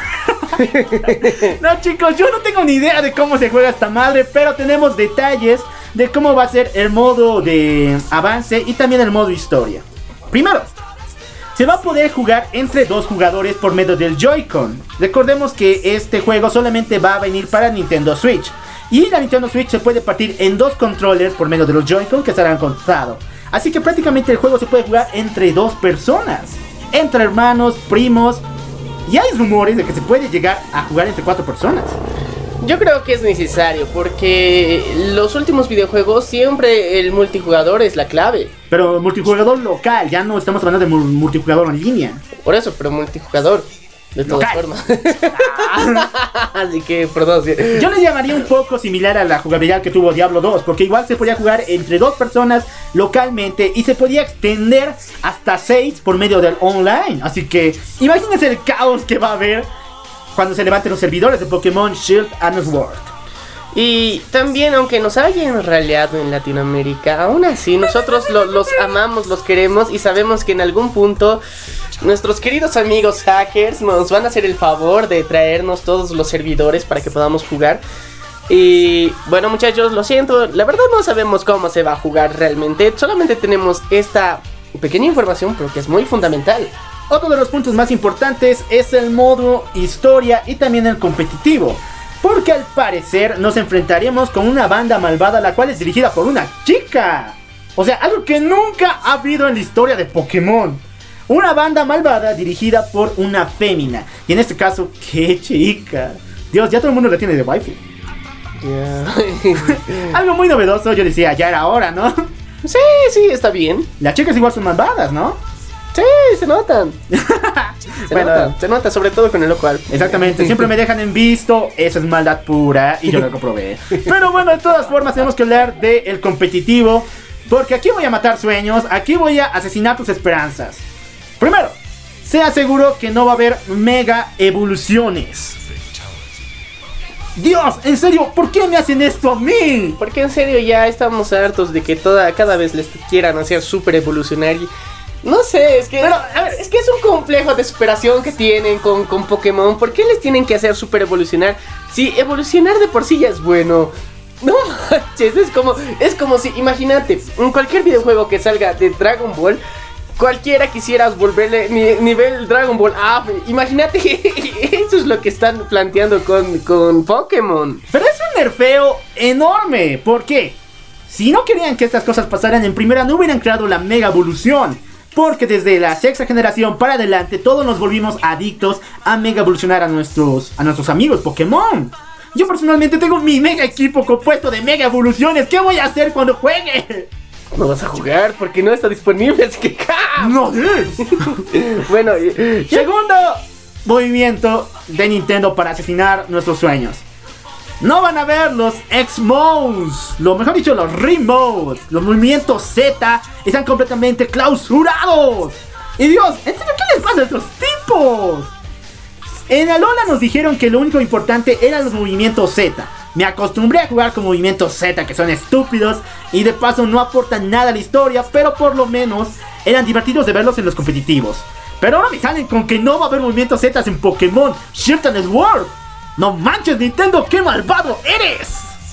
No, chicos, yo no tengo ni idea de cómo se juega esta madre, pero tenemos detalles de cómo va a ser el modo de avance y también el modo historia. Primero, se va a poder jugar entre dos jugadores por medio del Joy-Con. Recordemos que este juego solamente va a venir para Nintendo Switch, y la Nintendo Switch se puede partir en dos controllers por medio de los Joy-Con que serán conectados. Así que prácticamente el juego se puede jugar entre dos personas, entre hermanos, primos, y hay rumores de que se puede llegar a jugar entre 4 personas. Yo creo que es necesario porque los últimos videojuegos siempre el multijugador es la clave. Pero multijugador local, ya no estamos hablando de multijugador en línea. Por eso, pero multijugador. De todas formas. Así que, perdón. Yo le llamaría un poco similar a la jugabilidad que tuvo Diablo 2, porque igual se podía jugar entre dos personas localmente y se podía extender hasta 6 por medio del online. Así que imagínense el caos que va a haber cuando se levanten los servidores de Pokémon Shield and Sword. Y también, aunque nos hayan raleado en Latinoamérica, aún así nosotros los amamos, los queremos y sabemos que en algún punto nuestros queridos amigos hackers nos van a hacer el favor de traernos todos los servidores para que podamos jugar. Y bueno, muchachos, lo siento, la verdad no sabemos cómo se va a jugar realmente. Solamente tenemos esta pequeña información, pero que es muy fundamental. Otro de los puntos más importantes es el modo historia y también el competitivo. Porque al parecer nos enfrentaremos con una banda malvada la cual es dirigida por una chica. O sea, algo que nunca ha habido en la historia de Pokémon. Una banda malvada dirigida por una fémina. Y en este caso, ¡qué chica! Dios, ya todo el mundo la tiene de waifu. Algo muy novedoso, yo decía, ya era hora, ¿no? Sí, está bien. Las chicas igual son malvadas, ¿no? Sí, se notan. Se nota, sobre todo con el local. Exactamente, siempre me dejan en visto. Eso es maldad pura y yo lo comprobé. Pero bueno, de todas formas tenemos que hablar del competitivo. Porque aquí voy a matar sueños, aquí voy a asesinar tus esperanzas. Primero, sea seguro que no va a haber mega evoluciones. Dios, en serio, ¿por qué me hacen esto a mí? Porque en serio ya estamos hartos de que cada vez les quieran hacer super evolucionar. No sé, es que Pero, a ver, es que es un complejo de superación que tienen con Pokémon. ¿Por qué les tienen que hacer super evolucionar? Si evolucionar de por sí ya es bueno. No manches, es como si, imagínate, en cualquier videojuego que salga de Dragon Ball, cualquiera quisieras volverle nivel Dragon Ball up. Imagínate, eso es lo que están planteando con Pokémon. Pero es un nerfeo enorme. ¿Por qué? Si no querían que estas cosas pasaran en primera, no hubieran creado la mega evolución. Porque desde la sexta generación para adelante todos nos volvimos adictos a mega evolucionar a nuestros amigos Pokémon. Yo personalmente tengo mi mega equipo compuesto de mega evoluciones. ¿Qué voy a hacer cuando juegue? No vas a jugar porque no está disponible, así que ¡ja! No es. Bueno, Segundo movimiento de Nintendo para asesinar nuestros sueños. No van a ver los X-Modes, lo mejor dicho, los Remodes. Los movimientos Z están completamente clausurados. Y Dios, ¿en serio qué les pasa a estos tipos? En Alola nos dijeron que lo único importante eran los movimientos Z. Me acostumbré a jugar con movimientos Z que son estúpidos y de paso no aportan nada a la historia, pero por lo menos eran divertidos de verlos en los competitivos. Pero ahora me salen con que no va a haber movimientos Z en Pokémon Shield and Sword. ¡No manches, Nintendo! ¡Qué malvado eres!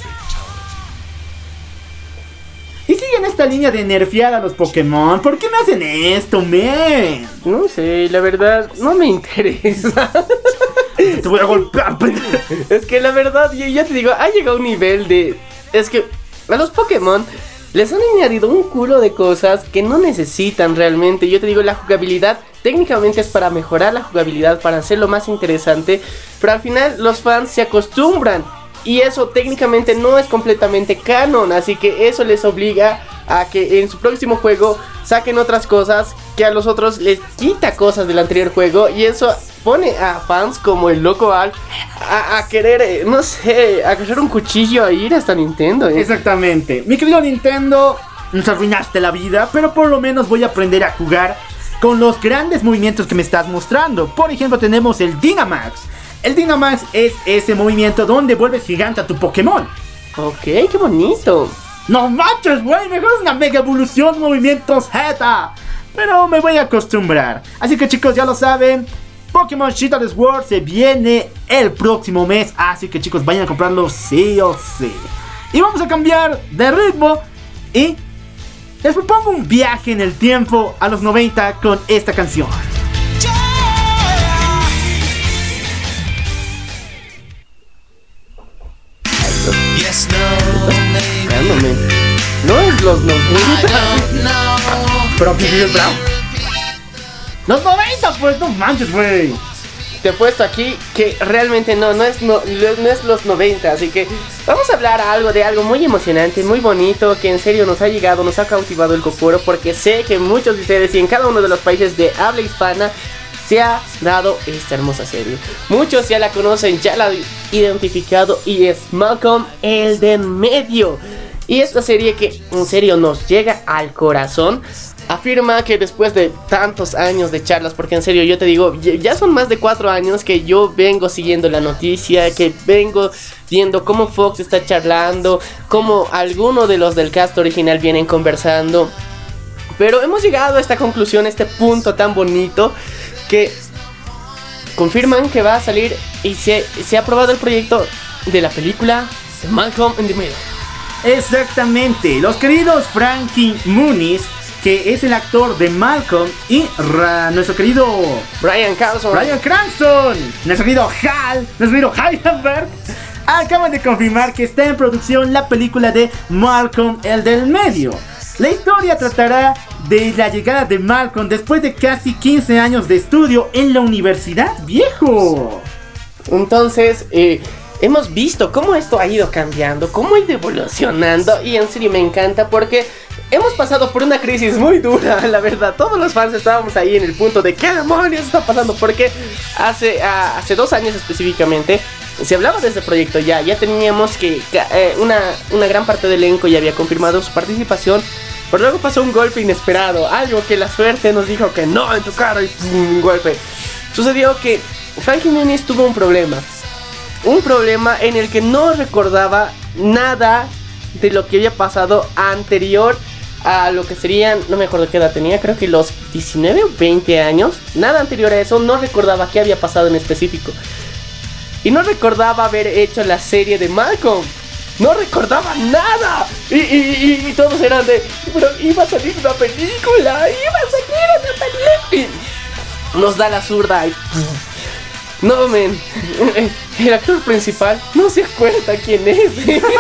Y siguen esta línea de nerfear a los Pokémon. ¿Por qué me hacen esto, man? no sé, la verdad, no me interesa. Te voy a golpear, pendejo. Es que la verdad, yo ya te digo, ha llegado un nivel de... Es que a los Pokémon les han añadido un culo de cosas que no necesitan realmente. Yo te digo, la jugabilidad técnicamente es para mejorar la jugabilidad, para hacerlo más interesante, pero al final los fans se acostumbran y eso técnicamente no es completamente canon, así que eso les obliga a que en su próximo juego saquen otras cosas que a los otros les quita cosas del anterior juego, y eso pone a fans como el loco Al a querer, no sé, a agarrar un cuchillo a ir hasta Nintendo. Exactamente. Mi querido Nintendo, nos arruinaste la vida, pero por lo menos voy a aprender a jugar con los grandes movimientos que me estás mostrando. Por ejemplo, tenemos el Dynamax. El Dynamax es ese movimiento donde vuelves gigante a tu Pokémon. Ok, qué bonito. No manches, güey, mejor una mega evolución movimientos Z. Pero me voy a acostumbrar. Así que chicos, ya lo saben, Pokémon Shield and Sword se viene el próximo mes. Así que chicos, vayan a comprarlo sí o sí. Y vamos a cambiar de ritmo y les propongo un viaje en el tiempo a los 90 con esta canción. Yes, no, maybe. Cándome. No es los 90. Pero que es Brown. Los 90, pues, no manches, güey. Te he puesto aquí que realmente no es los 90, así que vamos a hablar de algo muy emocionante, muy bonito, que en serio nos ha llegado, nos ha cautivado el cocoro, porque sé que muchos de ustedes y en cada uno de los países de habla hispana se ha dado esta hermosa serie. Muchos ya la conocen, ya la han identificado, y es Malcolm el de en medio. Y esta serie que en serio nos llega al corazón, afirma que después de tantos años de charlas, porque en serio yo te digo, ya son más de 4 años que yo vengo siguiendo la noticia, que vengo viendo cómo Fox está charlando, cómo algunos de los del cast original vienen conversando, pero hemos llegado a esta conclusión, a este punto tan bonito, que confirman que va a salir y se ha aprobado el proyecto de la película Malcolm in the Middle. Exactamente, los queridos Frankie Muniz que es el actor de Malcolm, y nuestro querido Bryan Cranston, nuestro querido Hal, nuestro querido Heisenberg, acaban de confirmar que está en producción la película de Malcolm el del medio. La historia tratará de la llegada de Malcolm después de casi 15 años de estudio en la universidad, viejo. Entonces, hemos visto cómo esto ha ido cambiando, cómo ha ido evolucionando, y en serio me encanta porque hemos pasado por una crisis muy dura, la verdad. Todos los fans estábamos ahí en el punto de ¿qué demonios está pasando? Porque hace 2 años específicamente se hablaba de este proyecto ya teníamos que una gran parte del elenco ya había confirmado su participación, pero luego pasó un golpe inesperado, algo que la suerte nos dijo que no en tu cara, y ¡pum! Un golpe. Sucedió que Frankie Muniz tuvo un problema en el que no recordaba nada de lo que había pasado anterior a lo que serían, no me acuerdo qué edad tenía, creo que los 19 o 20 años. Nada anterior a eso, no recordaba qué había pasado en específico. Y no recordaba haber hecho la serie de Malcolm. No recordaba nada. Y todos eran de, pero iba a salir una película. Y nos da la zurda y... No, men. El actor principal no se acuerda quién es.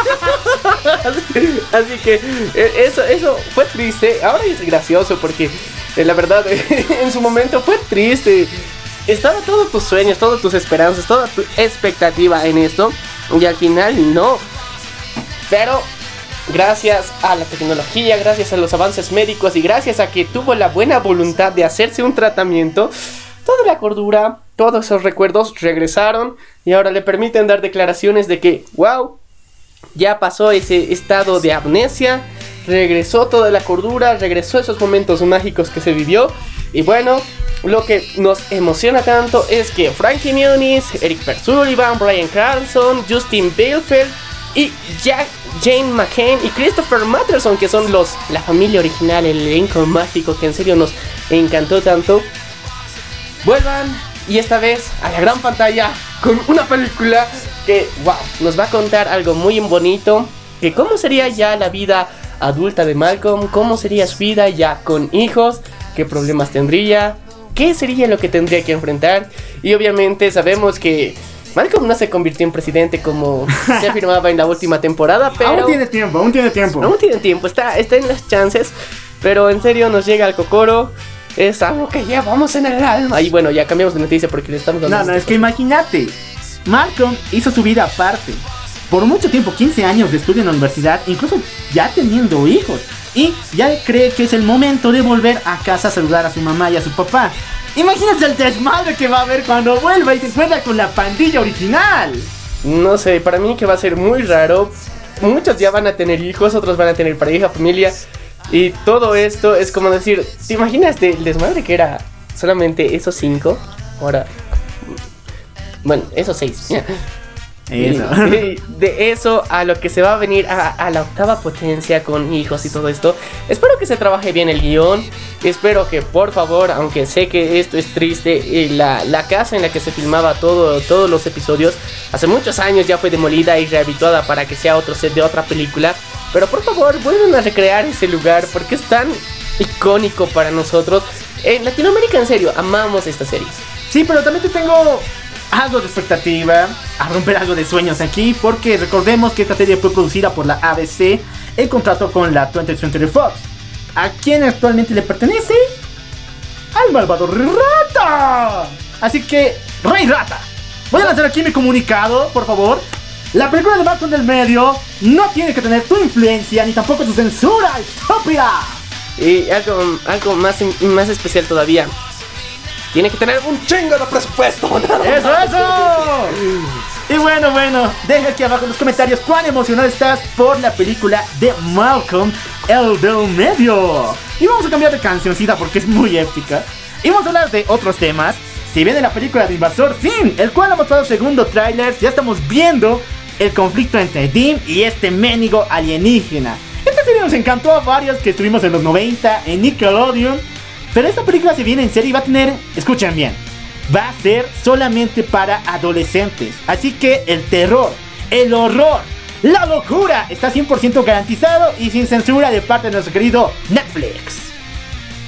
Así que eso fue triste. Ahora es gracioso porque la verdad en su momento fue triste. Estaba todos tus sueños, todas tus esperanzas, toda tu expectativa en esto, y al final no. Pero gracias a la tecnología, gracias a los avances médicos y gracias a que tuvo la buena voluntad de hacerse un tratamiento, toda la cordura, todos esos recuerdos regresaron y ahora le permiten dar declaraciones de que, wow, ya pasó ese estado de amnesia, regresó toda la cordura, regresó esos momentos mágicos que se vivió. Y bueno, lo que nos emociona tanto es que Frankie Muniz, Eric Sullivan, Bryan Cranston, Justin Bieber y Jane McCain y Christopher Matterson, que son la familia original, el elenco mágico que en serio nos encantó tanto, vuelvan, y esta vez a la gran pantalla con una película que, wow, nos va a contar algo muy bonito, que cómo sería ya la vida adulta de Malcolm, cómo sería su vida ya con hijos, qué problemas tendría, qué sería lo que tendría que enfrentar. Y obviamente sabemos que Malcolm no se convirtió en presidente como se afirmaba en la última temporada, pero aún tiene tiempo, está en las chances. Pero en serio nos llega al cocoro, es algo que llevamos en el alma. Y bueno, ya cambiamos de noticia porque le estamos dando... No, es que imagínate, Malcolm hizo su vida aparte por mucho tiempo, 15 años de estudio en la universidad, incluso ya teniendo hijos, y ya cree que es el momento de volver a casa a saludar a su mamá y a su papá. Imagínate el desmadre que va a haber cuando vuelva y se encuentra con la pandilla original. No sé, para mí que va a ser muy raro. Muchos ya van a tener hijos, otros van a tener pareja, familia, y todo esto es como decir, ¿te imaginas el desmadre que era solamente esos 5? Ahora, bueno, esos 6. Eso. De eso a lo que se va a venir a la octava potencia con hijos y todo esto. Espero que se trabaje bien el guión. Espero que, por favor, aunque sé que esto es triste, la casa en la que se filmaba todos los episodios hace muchos años ya fue demolida y rehabilitada para que sea otro set de otra película. Pero por favor, vuelvan a recrear ese lugar porque es tan icónico para nosotros. En Latinoamérica, en serio, amamos estas series. Sí, pero también te tengo algo de expectativa, a romper algo de sueños aquí, porque recordemos que esta serie fue producida por la ABC en contrato con la 20th Century Fox, a quien actualmente le pertenece al malvado Rey Rata. Así que, Rey Rata, voy a lanzar aquí mi comunicado, por favor. La película de Malcolm del medio no tiene que tener tu influencia ni tampoco tu censura estúpida. Y algo más especial todavía, tiene que tener un chingo de presupuesto. ¡Eso! Y bueno, deja aquí abajo en los comentarios cuán emocionado estás por la película de Malcolm el del medio. Y vamos a cambiar de cancioncita porque es muy épica. Y vamos a hablar de otros temas. Si viene la película de Invasor Sim, el cual ha mostrado segundo tráiler, ya estamos viendo el conflicto entre Dim y este ménigo alienígena. Esta serie nos encantó a varios que estuvimos en los 90 en Nickelodeon. Pero esta película se viene en serio y va a tener, escuchen bien, va a ser solamente para adolescentes. Así que el terror, el horror, la locura está 100% garantizado y sin censura de parte de nuestro querido Netflix.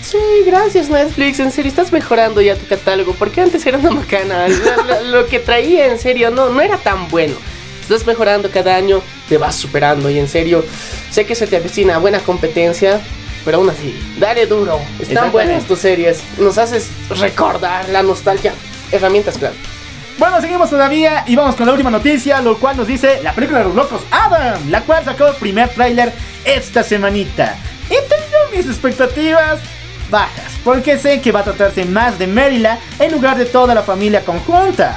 Sí, gracias Netflix, en serio, estás mejorando ya tu catálogo, porque antes era una macana, lo que traía en serio no era tan bueno. Estás mejorando cada año, te vas superando y en serio, sé que se te avecina buena competencia, pero aún así, dale duro, están buenas tus series, nos haces recordar la nostalgia, herramientas clave. Bueno, seguimos todavía y vamos con la última noticia, lo cual nos dice la película de los locos Adam, la cual sacó el primer tráiler esta semanita. Y tengo mis expectativas bajas, porque sé que va a tratarse más de Maryla en lugar de toda la familia conjunta.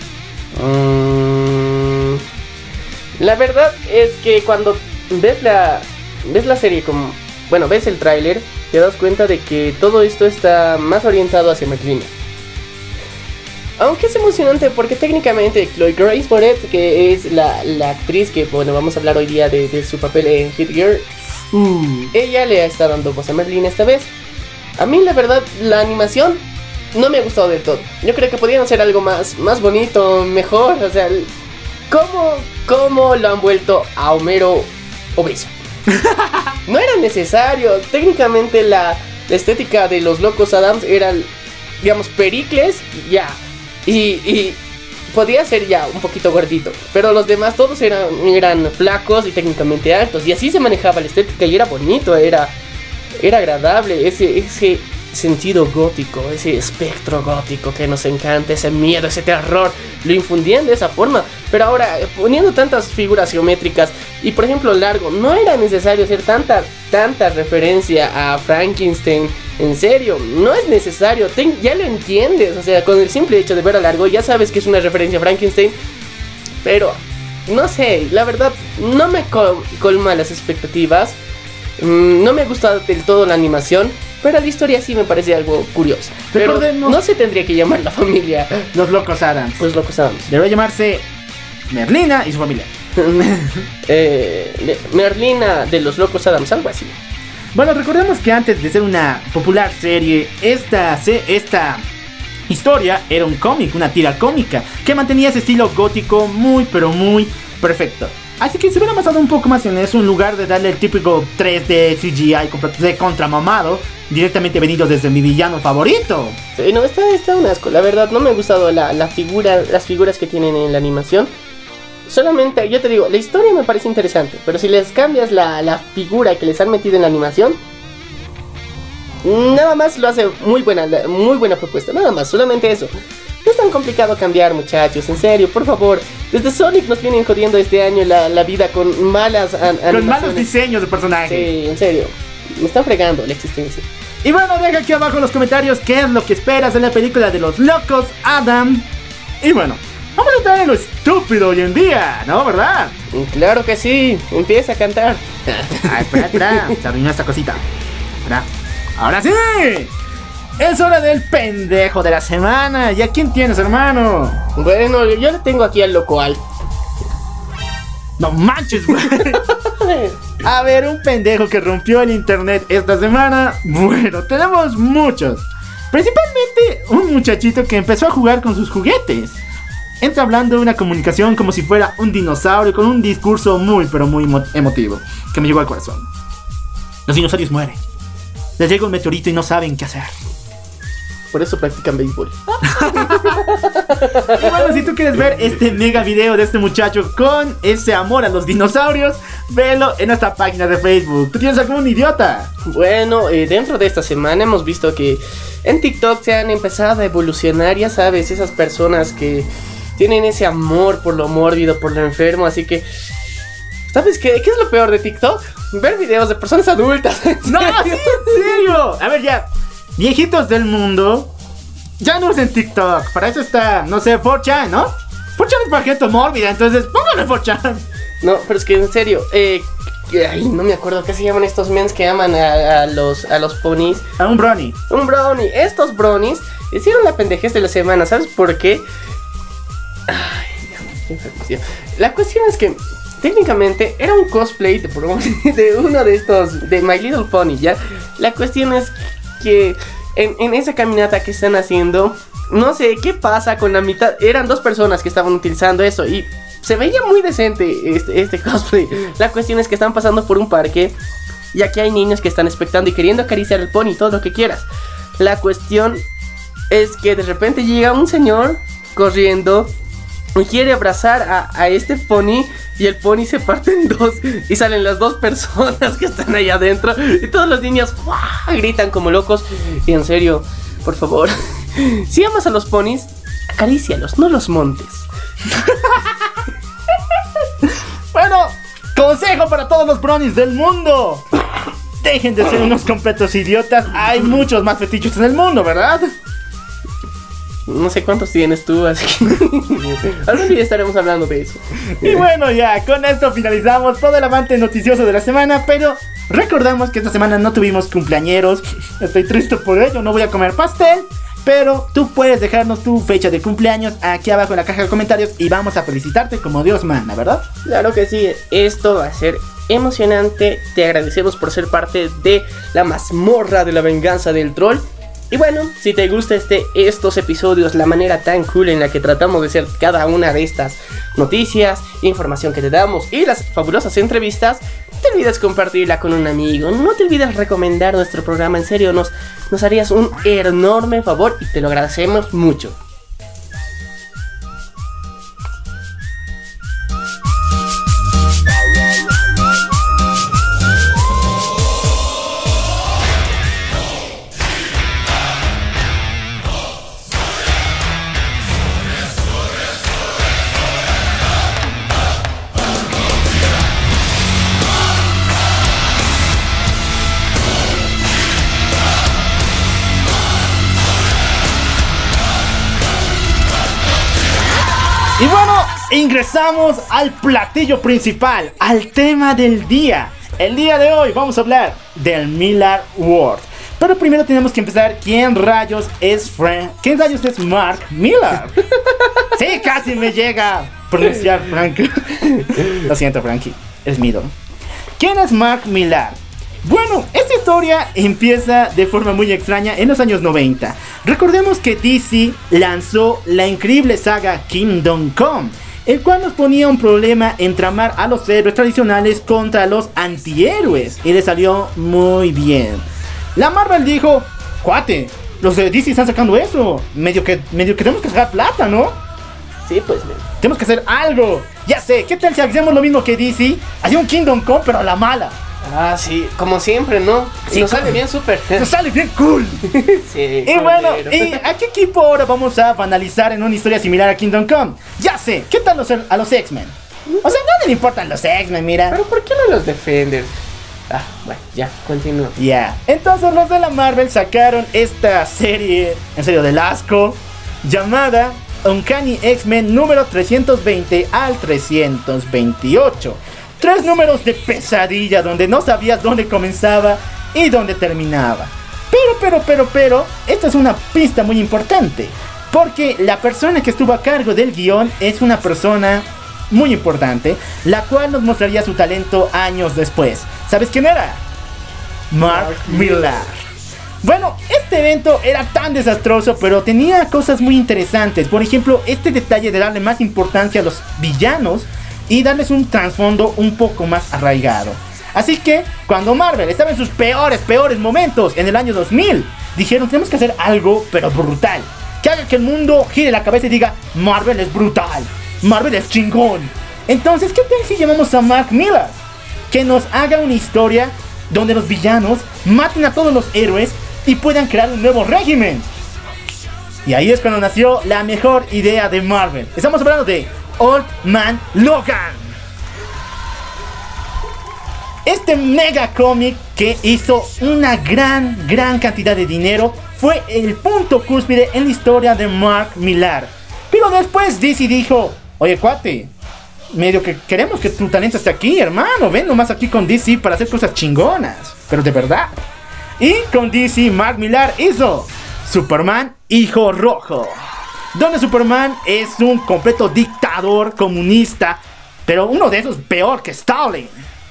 La verdad es que cuando ves la serie como, bueno, ves el tráiler, te das cuenta de que todo esto está más orientado hacia Merlina. Aunque es emocionante porque técnicamente Chloe Grace Moretz, que es la actriz que, bueno, vamos a hablar hoy día de su papel en Hit Girl, ella le está dando voz a Merlina esta vez. A mí la verdad la animación no me ha gustado del todo. Yo creo que podrían hacer algo más bonito, mejor. O sea, ¿cómo lo han vuelto a Homero obeso? No era necesario. Técnicamente la estética de los locos Adams era, digamos, Pericles, ya. Y podía ser ya un poquito gordito, pero los demás todos eran flacos y técnicamente altos. Y así se manejaba la estética y era bonito, era agradable. Ese sentido gótico, ese espectro gótico que nos encanta, ese miedo, ese terror, lo infundían de esa forma. Pero ahora, poniendo tantas figuras geométricas y por ejemplo Largo, no era necesario hacer tanta referencia a Frankenstein. En serio, no es necesario, ya lo entiendes. O sea, con el simple hecho de ver a Largo ya sabes que es una referencia a Frankenstein. Pero, no sé, la verdad no me colma las expectativas. No me gusta del todo la animación, pero la historia sí me parece algo curiosa. Pero no se tendría que llamar la familia Los locos Adams. Los locos Adams. Debería llamarse Merlina y su familia. Merlina de los locos Adams, algo así. Bueno, recordemos que antes de ser una popular serie, esta historia era un cómic, una tira cómica, que mantenía ese estilo gótico muy, pero muy perfecto. Así que se hubiera basado un poco más en eso, en lugar de darle el típico 3D CGI de contramamado, directamente venido desde mi villano favorito. Sí, no, está un asco, la verdad, no me ha gustado las figuras que tienen en la animación. Solamente, yo te digo, la historia me parece interesante, pero si les cambias la figura que les han metido en la animación, nada más lo hace muy buena propuesta, nada más, solamente eso. No es tan complicado cambiar, muchachos, en serio, por favor. Desde Sonic nos vienen jodiendo este año la vida con malas animaciones. Con malos diseños de personajes. Sí, en serio, me están fregando la existencia. Y bueno, deja aquí abajo en los comentarios qué es lo que esperas de la película de los locos Adam. Y bueno, vamos a entrar en lo estúpido hoy en día, ¿no? ¿Verdad? Claro que sí, empieza a cantar. Espera, se arruinó esta cosita. Ahora sí. Es hora del pendejo de la semana. ¿Y a quién tienes, hermano? Bueno, yo le tengo aquí al loco Alf. No manches, güey. A ver, un pendejo que rompió el internet esta semana. Bueno, tenemos muchos. Principalmente un muchachito que empezó a jugar con sus juguetes. Entra hablando de una comunicación como si fuera un dinosaurio, con un discurso muy, pero muy emotivo, que me llegó al corazón. Los dinosaurios mueren. Les llega un meteorito y no saben qué hacer. Por eso practican béisbol. Y bueno, si tú quieres ver este mega video de este muchacho con ese amor a los dinosaurios, velo en nuestra página de Facebook. ¿Tú tienes algún idiota? Bueno, dentro de esta semana hemos visto que en TikTok se han empezado a evolucionar, ya sabes, esas personas que tienen ese amor por lo mórbido, por lo enfermo. Así que, ¿sabes qué? ¿Qué es lo peor de TikTok? Ver videos de personas adultas. No, sí, en serio. A ver, ya, viejitos del mundo, ya no usen TikTok. Para eso está, no sé, 4chan, ¿no? 4chan es para gente mórbida, entonces póngale 4chan. No, pero es que en serio, ay, no me acuerdo qué se llaman estos mens que aman a los ponis. A un brownie. Un brownie. Estos brownies hicieron la pendejez de la semana. ¿Sabes por qué? Ay, la cuestión es que técnicamente era un cosplay de uno de estos, de My Little Pony, ¿ya? La cuestión es que en esa caminata que están haciendo, no sé qué pasa con la mitad. Eran dos personas que estaban utilizando eso y se veía muy decente este cosplay. La cuestión es que están pasando por un parque Y aquí hay niños que están expectando y queriendo acariciar el pony, todo lo que quieras. La cuestión es que de repente llega un señor corriendo y quiere abrazar a este pony, y el pony se parte en dos y salen las dos personas que están ahí adentro, y todos los niños ¡guau! Gritan como locos. Y en serio, por favor, si amas a los ponis, acarícialos, no los montes. Bueno, consejo para todos los bronies del mundo: dejen de ser unos completos idiotas. Hay muchos más fetiches en el mundo, ¿verdad? No sé cuántos tienes tú, así que algún día estaremos hablando de eso. Y bueno, ya, con esto finalizamos todo el avance noticioso de la semana. Pero recordamos que esta semana no tuvimos cumpleañeros. Estoy triste por ello, no voy a comer pastel. Pero tú puedes dejarnos tu fecha de cumpleaños aquí abajo en la caja de comentarios y vamos a felicitarte como Dios manda, ¿verdad? Claro que sí, esto va a ser emocionante. Te agradecemos por ser parte de la mazmorra de la venganza del troll. Y bueno, si te gusta estos episodios, la manera tan cool en la que tratamos de hacer cada una de estas noticias, información que te damos y las fabulosas entrevistas, no te olvides compartirla con un amigo, no te olvides recomendar nuestro programa, en serio, nos harías un enorme favor y te lo agradecemos mucho. Y bueno, ingresamos al platillo principal, al tema del día. El día de hoy vamos a hablar del Millar World. Pero primero tenemos que empezar. ¿Quién rayos es Mark Millar? Sí, casi me llega a pronunciar Frank. Lo siento, Frankie, es mi ídolo. ¿Quién es Mark Millar? Bueno, esta historia empieza de forma muy extraña en los años 90. Recordemos que DC lanzó la increíble saga Kingdom Come, el cual nos ponía un problema en tramar a los héroes tradicionales contra los antihéroes, y le salió muy bien. La Marvel dijo: cuate, los de DC están sacando eso, medio que tenemos que sacar plata, ¿no? Sí, pues tenemos que hacer algo. Ya sé, ¿qué tal si hacemos lo mismo que DC? Hacía un Kingdom Come pero a la mala. Ah, sí, como siempre, ¿no? Sí, nos sale bien súper. Nos sale bien cool. Sí, y bueno, ¿y a qué equipo ahora vamos a banalizar en una historia similar a Kingdom Come? Ya sé, ¿qué tal a los X-Men? O sea, no le importan los X-Men, mira. Pero ¿por qué no los Defenders? Ah, bueno, ya, continúa. Ya, entonces los de la Marvel sacaron esta serie, en serio, del asco, llamada Uncanny X-Men número 320 al 328. 3 números de pesadilla donde no sabías dónde comenzaba y dónde terminaba. Pero, esta es una pista muy importante, porque la persona que estuvo a cargo del guión es una persona muy importante, la cual nos mostraría su talento años después. ¿Sabes quién era? Mark Millar. Bueno, este evento era tan desastroso, pero tenía cosas muy interesantes. Por ejemplo, este detalle de darle más importancia a los villanos y darles un trasfondo un poco más arraigado. Así que, cuando Marvel estaba en sus peores momentos en el año 2000, dijeron: tenemos que hacer algo, pero brutal, que haga que el mundo gire la cabeza y diga: Marvel es brutal, Marvel es chingón. Entonces, ¿qué tal si llamamos a Mark Millar? Que nos haga una historia donde los villanos maten a todos los héroes y puedan crear un nuevo régimen. Y ahí es cuando nació la mejor idea de Marvel. Estamos hablando de Old Man Logan. Este mega cómic que hizo una gran cantidad de dinero fue el punto cúspide en la historia de Mark Millar. Pero después DC dijo: oye, cuate, medio que queremos que tu talento esté aquí, hermano. Ven nomás aquí con DC para hacer cosas chingonas, pero de verdad. Y con DC, Mark Millar hizo Superman Hijo Rojo, donde Superman es un completo dictador comunista, pero uno de esos peor que Stalin.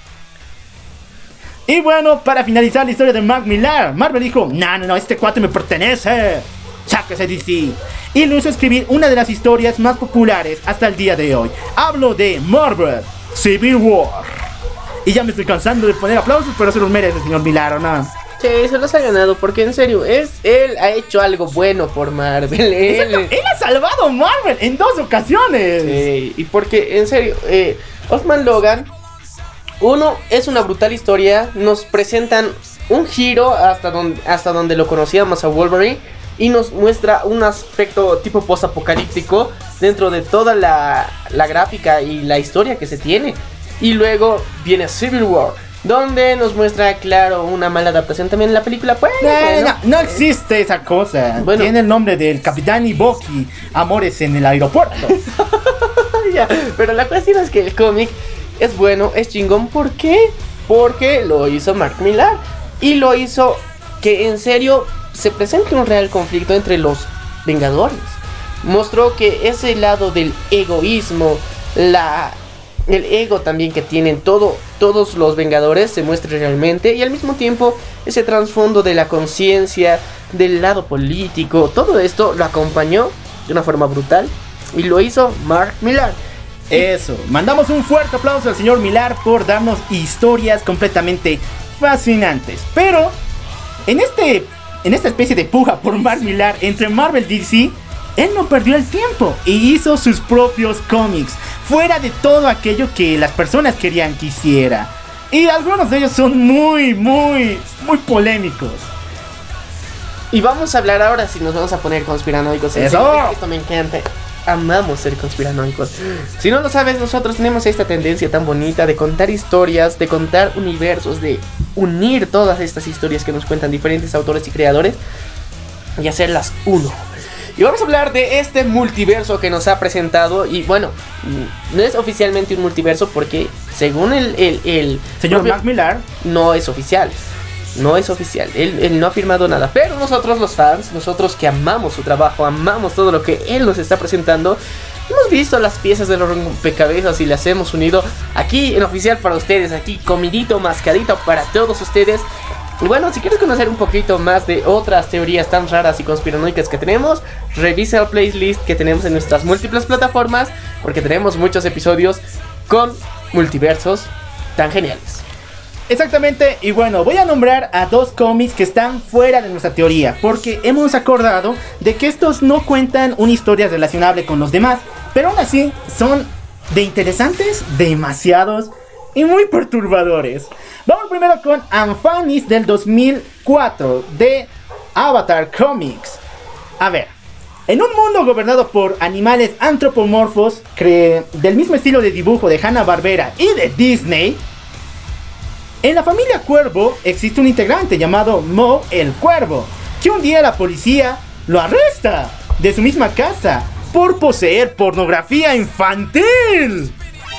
Y bueno, para finalizar la historia de Mark Millar, Marvel dijo: no, este cuate me pertenece, sáquese DC. Y lo hizo escribir una de las historias más populares hasta el día de hoy. Hablo de Marvel Civil War. Y ya me estoy cansando de poner aplausos, pero se los merece el señor Millar, ¿o no? Sí, se los ha ganado porque en serio, él ha hecho algo bueno por Marvel. Exacto, él ha salvado Marvel en 2 ocasiones. Sí, y porque en serio, Old Logan, uno, es una brutal historia. Nos presentan un giro hasta donde lo conocíamos a Wolverine. Y nos muestra un aspecto tipo post-apocalíptico dentro de toda la gráfica y la historia que se tiene. Y luego viene Civil War, donde nos muestra, claro, una mala adaptación también en la película. Pues, no existe esa cosa. Bueno. Tiene el nombre del Capitán Ibuki, Amores en el aeropuerto. Ya, pero la cuestión es que el cómic es bueno, es chingón. ¿Por qué? Porque lo hizo Mark Millar. Y lo hizo que en serio se presente un real conflicto entre los Vengadores. Mostró que ese lado del egoísmo, el ego también que tienen todos los Vengadores se muestre realmente. Y al mismo tiempo ese trasfondo de la conciencia, del lado político, todo esto lo acompañó de una forma brutal. Y lo hizo Mark Millar. Eso, mandamos un fuerte aplauso al señor Millar por darnos historias completamente fascinantes. Pero en esta especie de puja por Mark Millar entre Marvel y DC, él no perdió el tiempo y hizo sus propios cómics, fuera de todo aquello que las personas querían que hiciera. Y algunos de ellos son muy polémicos. Y vamos a hablar ahora si nos vamos a poner conspiranoicos. ¡Eso! Esto me encanta. Amamos ser conspiranoicos. Si no lo sabes, nosotros tenemos esta tendencia tan bonita de contar historias, de contar universos, de unir todas estas historias que nos cuentan diferentes autores y creadores y hacerlas uno. Y vamos a hablar de este multiverso que nos ha presentado. Y bueno, no es oficialmente un multiverso porque según el señor Mark Millar, no es oficial. No es oficial, él no ha firmado nada. Pero nosotros los fans, nosotros que amamos su trabajo, amamos todo lo que él nos está presentando, hemos visto las piezas de los rompecabezas y las hemos unido aquí en oficial para ustedes. Aquí comidito, mascadito para todos ustedes. Y bueno, si quieres conocer un poquito más de otras teorías tan raras y conspiranoicas que tenemos, revisa el playlist que tenemos en nuestras múltiples plataformas, porque tenemos muchos episodios con multiversos tan geniales. exactamente, y bueno, voy a nombrar a 2 cómics que están fuera de nuestra teoría, porque hemos acordado de que estos no cuentan una historia relacionable con los demás, pero aún así son de interesantes, demasiados y muy perturbadores. Vamos primero con Anfanis del 2004 de Avatar Comics. A ver, en un mundo gobernado por animales antropomorfos del mismo estilo de dibujo de Hanna-Barbera y de Disney, en la familia Cuervo existe un integrante llamado Mo el Cuervo, que un día la policía lo arresta de su misma casa por poseer pornografía infantil.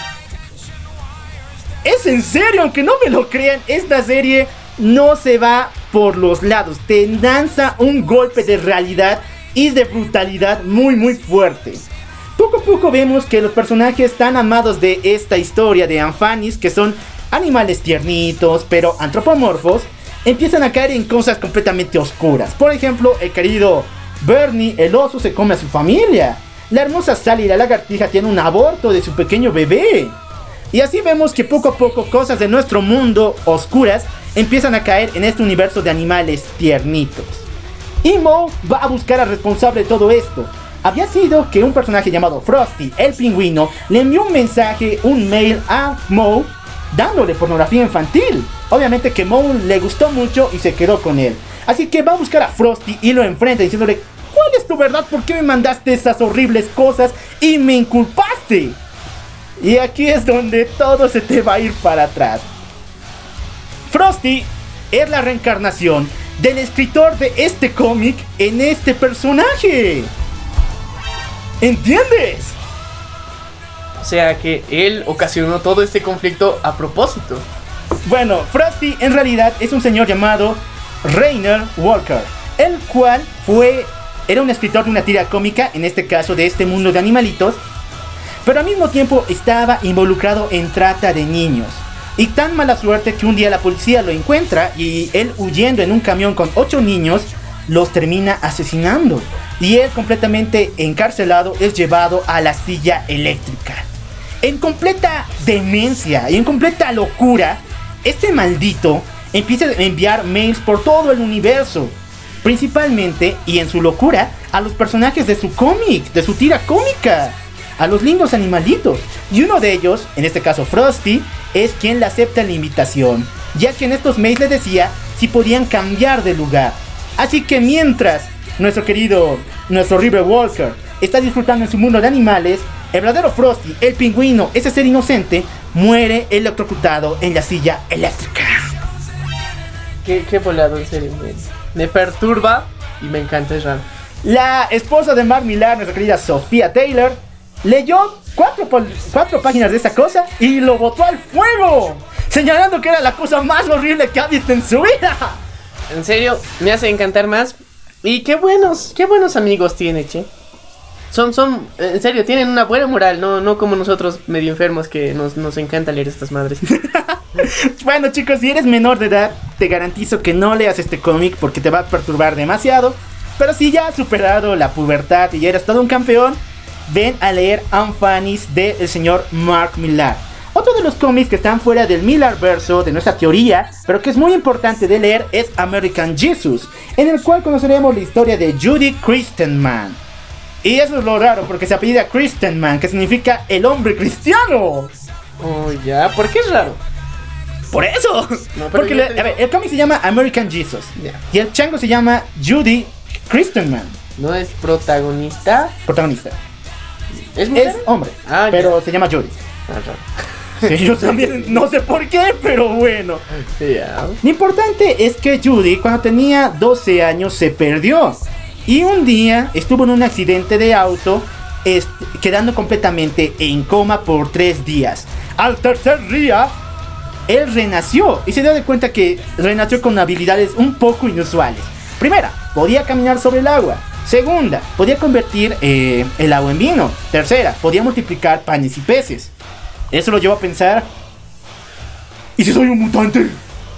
Es en serio, aunque no me lo crean, esta serie no se va por los lados, te lanza un golpe de realidad y de brutalidad muy fuerte. Poco a poco vemos que los personajes tan amados de esta historia de Anfanis, que son animales tiernitos pero antropomorfos, empiezan a caer en cosas completamente oscuras. Por ejemplo, el querido Bernie, el oso, se come a su familia. La hermosa Sally, la lagartija, tiene un aborto de su pequeño bebé. Y así vemos que poco a poco cosas de nuestro mundo oscuras empiezan a caer en este universo de animales tiernitos. Y Mo va a buscar al responsable de todo esto. Había sido que un personaje llamado Frosty, el pingüino, le envió un mensaje, un mail a Mo dándole pornografía infantil. Obviamente que Mo le gustó mucho y se quedó con él. Así que va a buscar a Frosty y lo enfrenta diciéndole: ¿cuál es tu verdad? ¿Por qué me mandaste esas horribles cosas y me inculpaste? Y aquí es donde todo se te va a ir para atrás. Frosty es la reencarnación del escritor de este cómic en este personaje. ¿Entiendes? O sea que él ocasionó todo este conflicto a propósito. Bueno, Frosty en realidad es un señor llamado Rainer Walker, el cual era un escritor de una tira cómica, en este caso de este mundo de animalitos, pero al mismo tiempo estaba involucrado en trata de niños. Y tan mala suerte que un día la policía lo encuentra y él, huyendo en un camión con 8 niños, los termina asesinando. Y él, completamente encarcelado, es llevado a la silla eléctrica. En completa demencia y en completa locura, este maldito empieza a enviar mails por todo el universo, principalmente y en su locura a los personajes de su cómic, de su tira cómica, a los lindos animalitos. Y uno de ellos, en este caso Frosty, es quien le acepta la invitación, ya que en estos mails le decía si podían cambiar de lugar. Así que mientras nuestro River Walker está disfrutando en su mundo de animales, el verdadero Frosty, el pingüino, ese ser inocente, muere electrocutado en la silla eléctrica. Qué volado, en serio. Me perturba y me encanta, es raro. La esposa de Mark Millar, nuestra querida Sophia Taylor, leyó 4 páginas de esa cosa y lo botó al fuego, señalando que era la cosa más horrible que ha visto en su vida. En serio, me hace encantar más. Y qué buenos amigos tiene, che. En serio, tienen una buena moral, no como nosotros medio enfermos que nos encanta leer estas madres. Bueno, chicos, si eres menor de edad, te garantizo que no leas este cómic porque te va a perturbar demasiado. Pero si ya has superado la pubertad y ya eres todo un campeón, ven a leer Unfunnies del señor Mark Millar. Otro de los cómics que están fuera del Millarverso, de nuestra teoría, pero que es muy importante de leer, es American Jesus, en el cual conoceremos la historia de Judy Christenman. Y eso es lo raro, porque se apellida Christenman, que significa el hombre cristiano. Oh, ya, ¿por qué es raro? Por eso. No, porque el cómic se llama American Jesus, ya. Y el chango se llama Judy Christenman. ¿No es protagonista? Protagonista. ¿Es mujer? Es hombre, Ah, pero ya. se llama Judy. Ah, raro. Sí, yo también no sé por qué, pero bueno. Ya. Lo importante es que Judy, cuando tenía 12 años, se perdió. Y un día estuvo en un accidente de auto, quedando completamente en coma por 3 días. Al tercer día, él renació y se dio de cuenta que renació con habilidades un poco inusuales. Primera, podía caminar sobre el agua. Segunda, podía convertir el agua en vino. Tercera, podía multiplicar panes y peces. Eso lo llevó a pensar: ¿y si soy un mutante?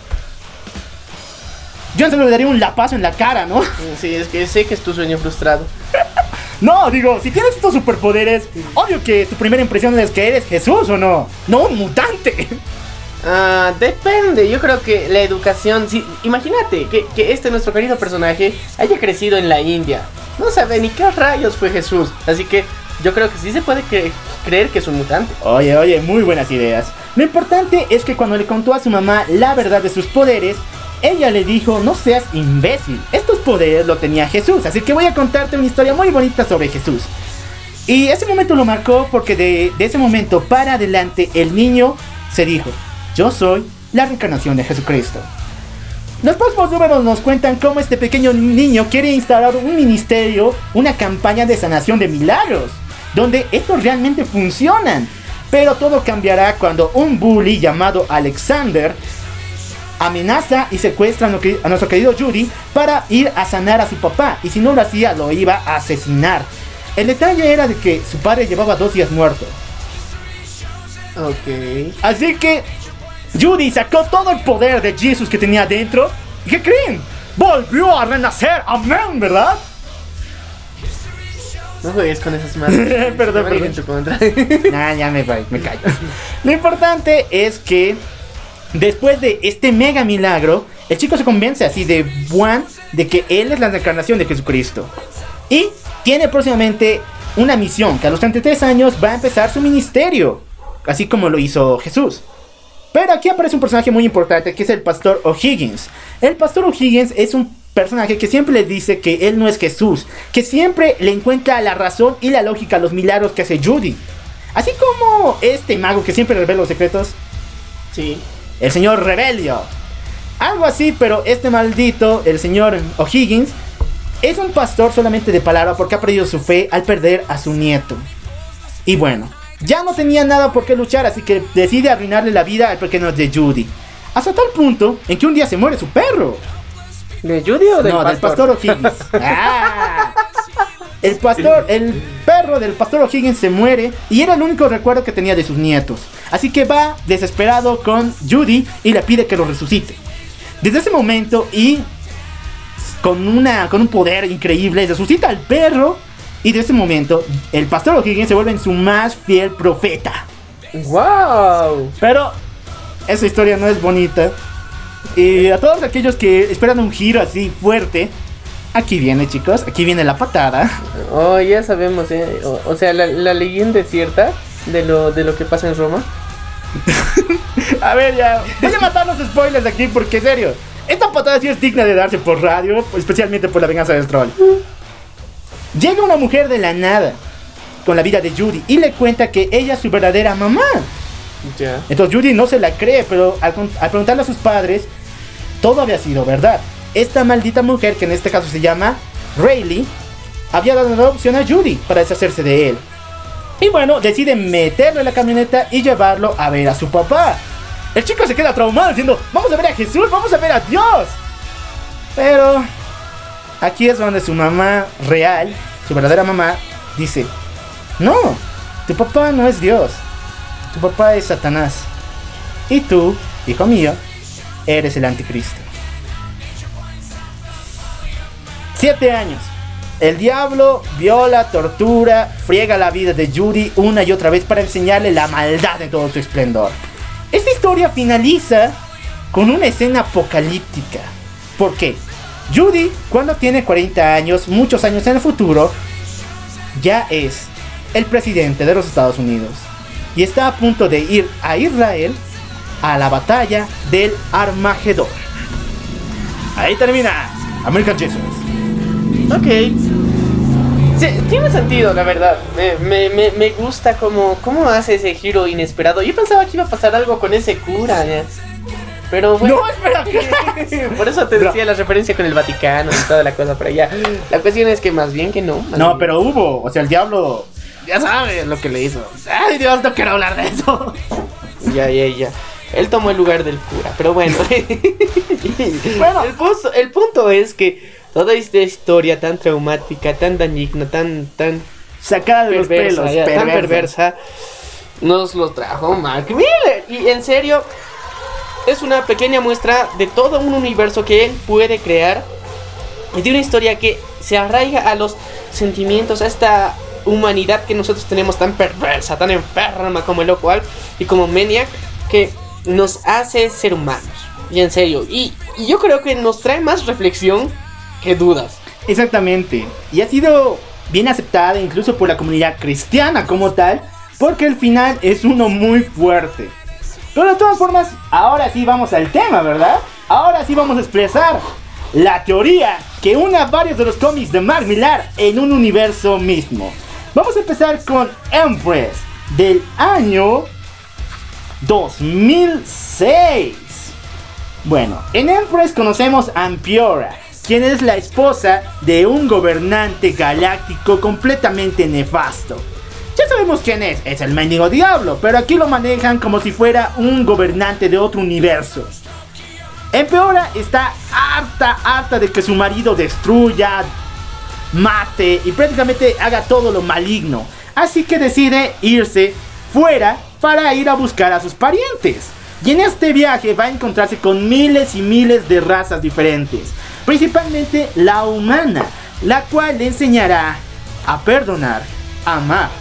Yo se le daría un lapazo en la cara, ¿no? Sí, es que sé que es tu sueño frustrado. No, digo, si tienes estos superpoderes, obvio que tu primera impresión es que eres Jesús, ¿o no? No un mutante. Depende, yo creo que la educación, imagínate que nuestro querido personaje haya crecido en la India. No sabe ni qué rayos fue Jesús, así que yo creo que sí se puede creer que es un mutante. Oye, muy buenas ideas. Lo importante es que cuando le contó a su mamá la verdad de sus poderes, ella le dijo: no seas imbécil, estos poderes lo tenía Jesús, así que voy a contarte una historia muy bonita sobre Jesús. Y ese momento lo marcó porque de ese momento para adelante el niño se dijo: yo soy la reencarnación de Jesucristo. Los próximos números nos cuentan cómo este pequeño niño quiere instalar un ministerio, una campaña de sanación de milagros, donde estos realmente funcionan. Pero todo cambiará cuando un bully llamado Alexander amenaza y secuestra a nuestro querido Judy para ir a sanar a su papá, y si no lo hacía lo iba a asesinar. El detalle era de que su padre llevaba 2 días muerto. Ok. Así que Judy sacó todo el poder de Jesús que tenía dentro. ¿Y qué creen? Volvió a renacer. Amén, ¿verdad? No juegues con esas madres. Perdón. En tu contra. Nah, ya me callo. Lo importante es que después de este mega milagro, el chico se convence así de Juan de que él es la reencarnación de Jesucristo. Y tiene próximamente una misión, que a los 33 años va a empezar su ministerio, así como lo hizo Jesús. Pero aquí aparece un personaje muy importante, que es el pastor O'Higgins. El pastor O'Higgins es un personaje que siempre le dice que él no es Jesús, que siempre le encuentra la razón y la lógica a los milagros que hace Judy. Así como este mago que siempre revela los secretos. Sí. El señor Rebelio. Algo así, pero este maldito, el señor O'Higgins, es un pastor solamente de palabra porque ha perdido su fe al perder a su nieto. Y bueno, ya no tenía nada por qué luchar, así que decide arruinarle la vida al pequeño de Judy. Hasta tal punto en que un día se muere su perro. ¿De Judy o del No, pastor? del pastor O'Higgins. El perro del pastor O'Higgins se muere y era el único recuerdo que tenía de sus nietos. Así que va desesperado con Judy y le pide que lo resucite. Desde ese momento y con un poder increíble resucita al perro. Y de ese momento el pastor O'Higgins se vuelve en su más fiel profeta. ¡Wow! Pero esa historia no es bonita. Y a todos aquellos que esperan un giro así fuerte, aquí viene, chicos, aquí viene la patada. Oh, ya sabemos, o sea, la leyenda es cierta de lo que pasa en Roma. A ver, ya, voy a matar los spoilers aquí porque, en serio, esta patada sí es digna de darse por radio, especialmente por la venganza del troll. Llega una mujer de la nada con la vida de Judy y le cuenta que ella es su verdadera mamá. Ya. Entonces Judy no se la cree, pero al preguntarle a sus padres, todo había sido verdad. Esta maldita mujer, que en este caso se llama Rayleigh, había dado la opción a Judy para deshacerse de él. Y bueno, decide meterlo en la camioneta y llevarlo a ver a su papá. El chico se queda traumado diciendo, vamos a ver a Jesús, vamos a ver a Dios. Pero aquí es donde su mamá real, su verdadera mamá, dice, no, tu papá no es Dios, tu papá es Satanás. Y tú, hijo mío, eres el anticristo. 7 años. El diablo viola, tortura, friega la vida de Judy una y otra vez para enseñarle la maldad en todo su esplendor. Esta historia finaliza con una escena apocalíptica. ¿Por qué? Judy, cuando tiene 40 años, muchos años en el futuro, ya es el presidente de los Estados Unidos. Y está a punto de ir a Israel a la batalla del Armagedón. Ahí termina American Jesus. Ok. Sí, tiene sentido, la verdad. Me gusta cómo hace ese giro inesperado. Yo pensaba que iba a pasar algo con ese cura, ya. Pero bueno. No, espera. Por eso te decía la referencia con el Vaticano y toda la cosa, pero ya. La cuestión es que más bien que no. No, pero hubo. O sea, el diablo ya sabe lo que le hizo. Ay, Dios, no quiero hablar de eso. Ya. Él tomó el lugar del cura, pero bueno. Bueno. El punto es que toda esta historia tan traumática, tan dañina, tan sacada de perversa, los pelos, tan perversa, nos lo trajo Mark Miller. Y en serio, es una pequeña muestra de todo un universo que él puede crear y de una historia que se arraiga a los sentimientos, a esta humanidad que nosotros tenemos tan perversa, tan enferma como el Loco Alf y como Maniac, que nos hace ser humanos. Y en serio, y yo creo que nos trae más reflexión que dudas. Exactamente. Y ha sido bien aceptada incluso por la comunidad cristiana como tal, porque el final es uno muy fuerte. Pero de todas formas, ahora sí vamos al tema, ¿verdad? Ahora sí vamos a expresar la teoría que une a varios de los cómics de Mark Millar en un universo mismo. Vamos a empezar con Empress del año 2006. Bueno, en Empress conocemos a Ampiora, quien es la esposa de un gobernante galáctico completamente nefasto. Ya sabemos quién es el mendigo diablo, pero aquí lo manejan como si fuera un gobernante de otro universo. Empeora está harta de que su marido destruya, mate y prácticamente haga todo lo maligno. Así que decide irse fuera para ir a buscar a sus parientes. Y en este viaje va a encontrarse con miles y miles de razas diferentes, principalmente la humana, la cual le enseñará a perdonar, a amar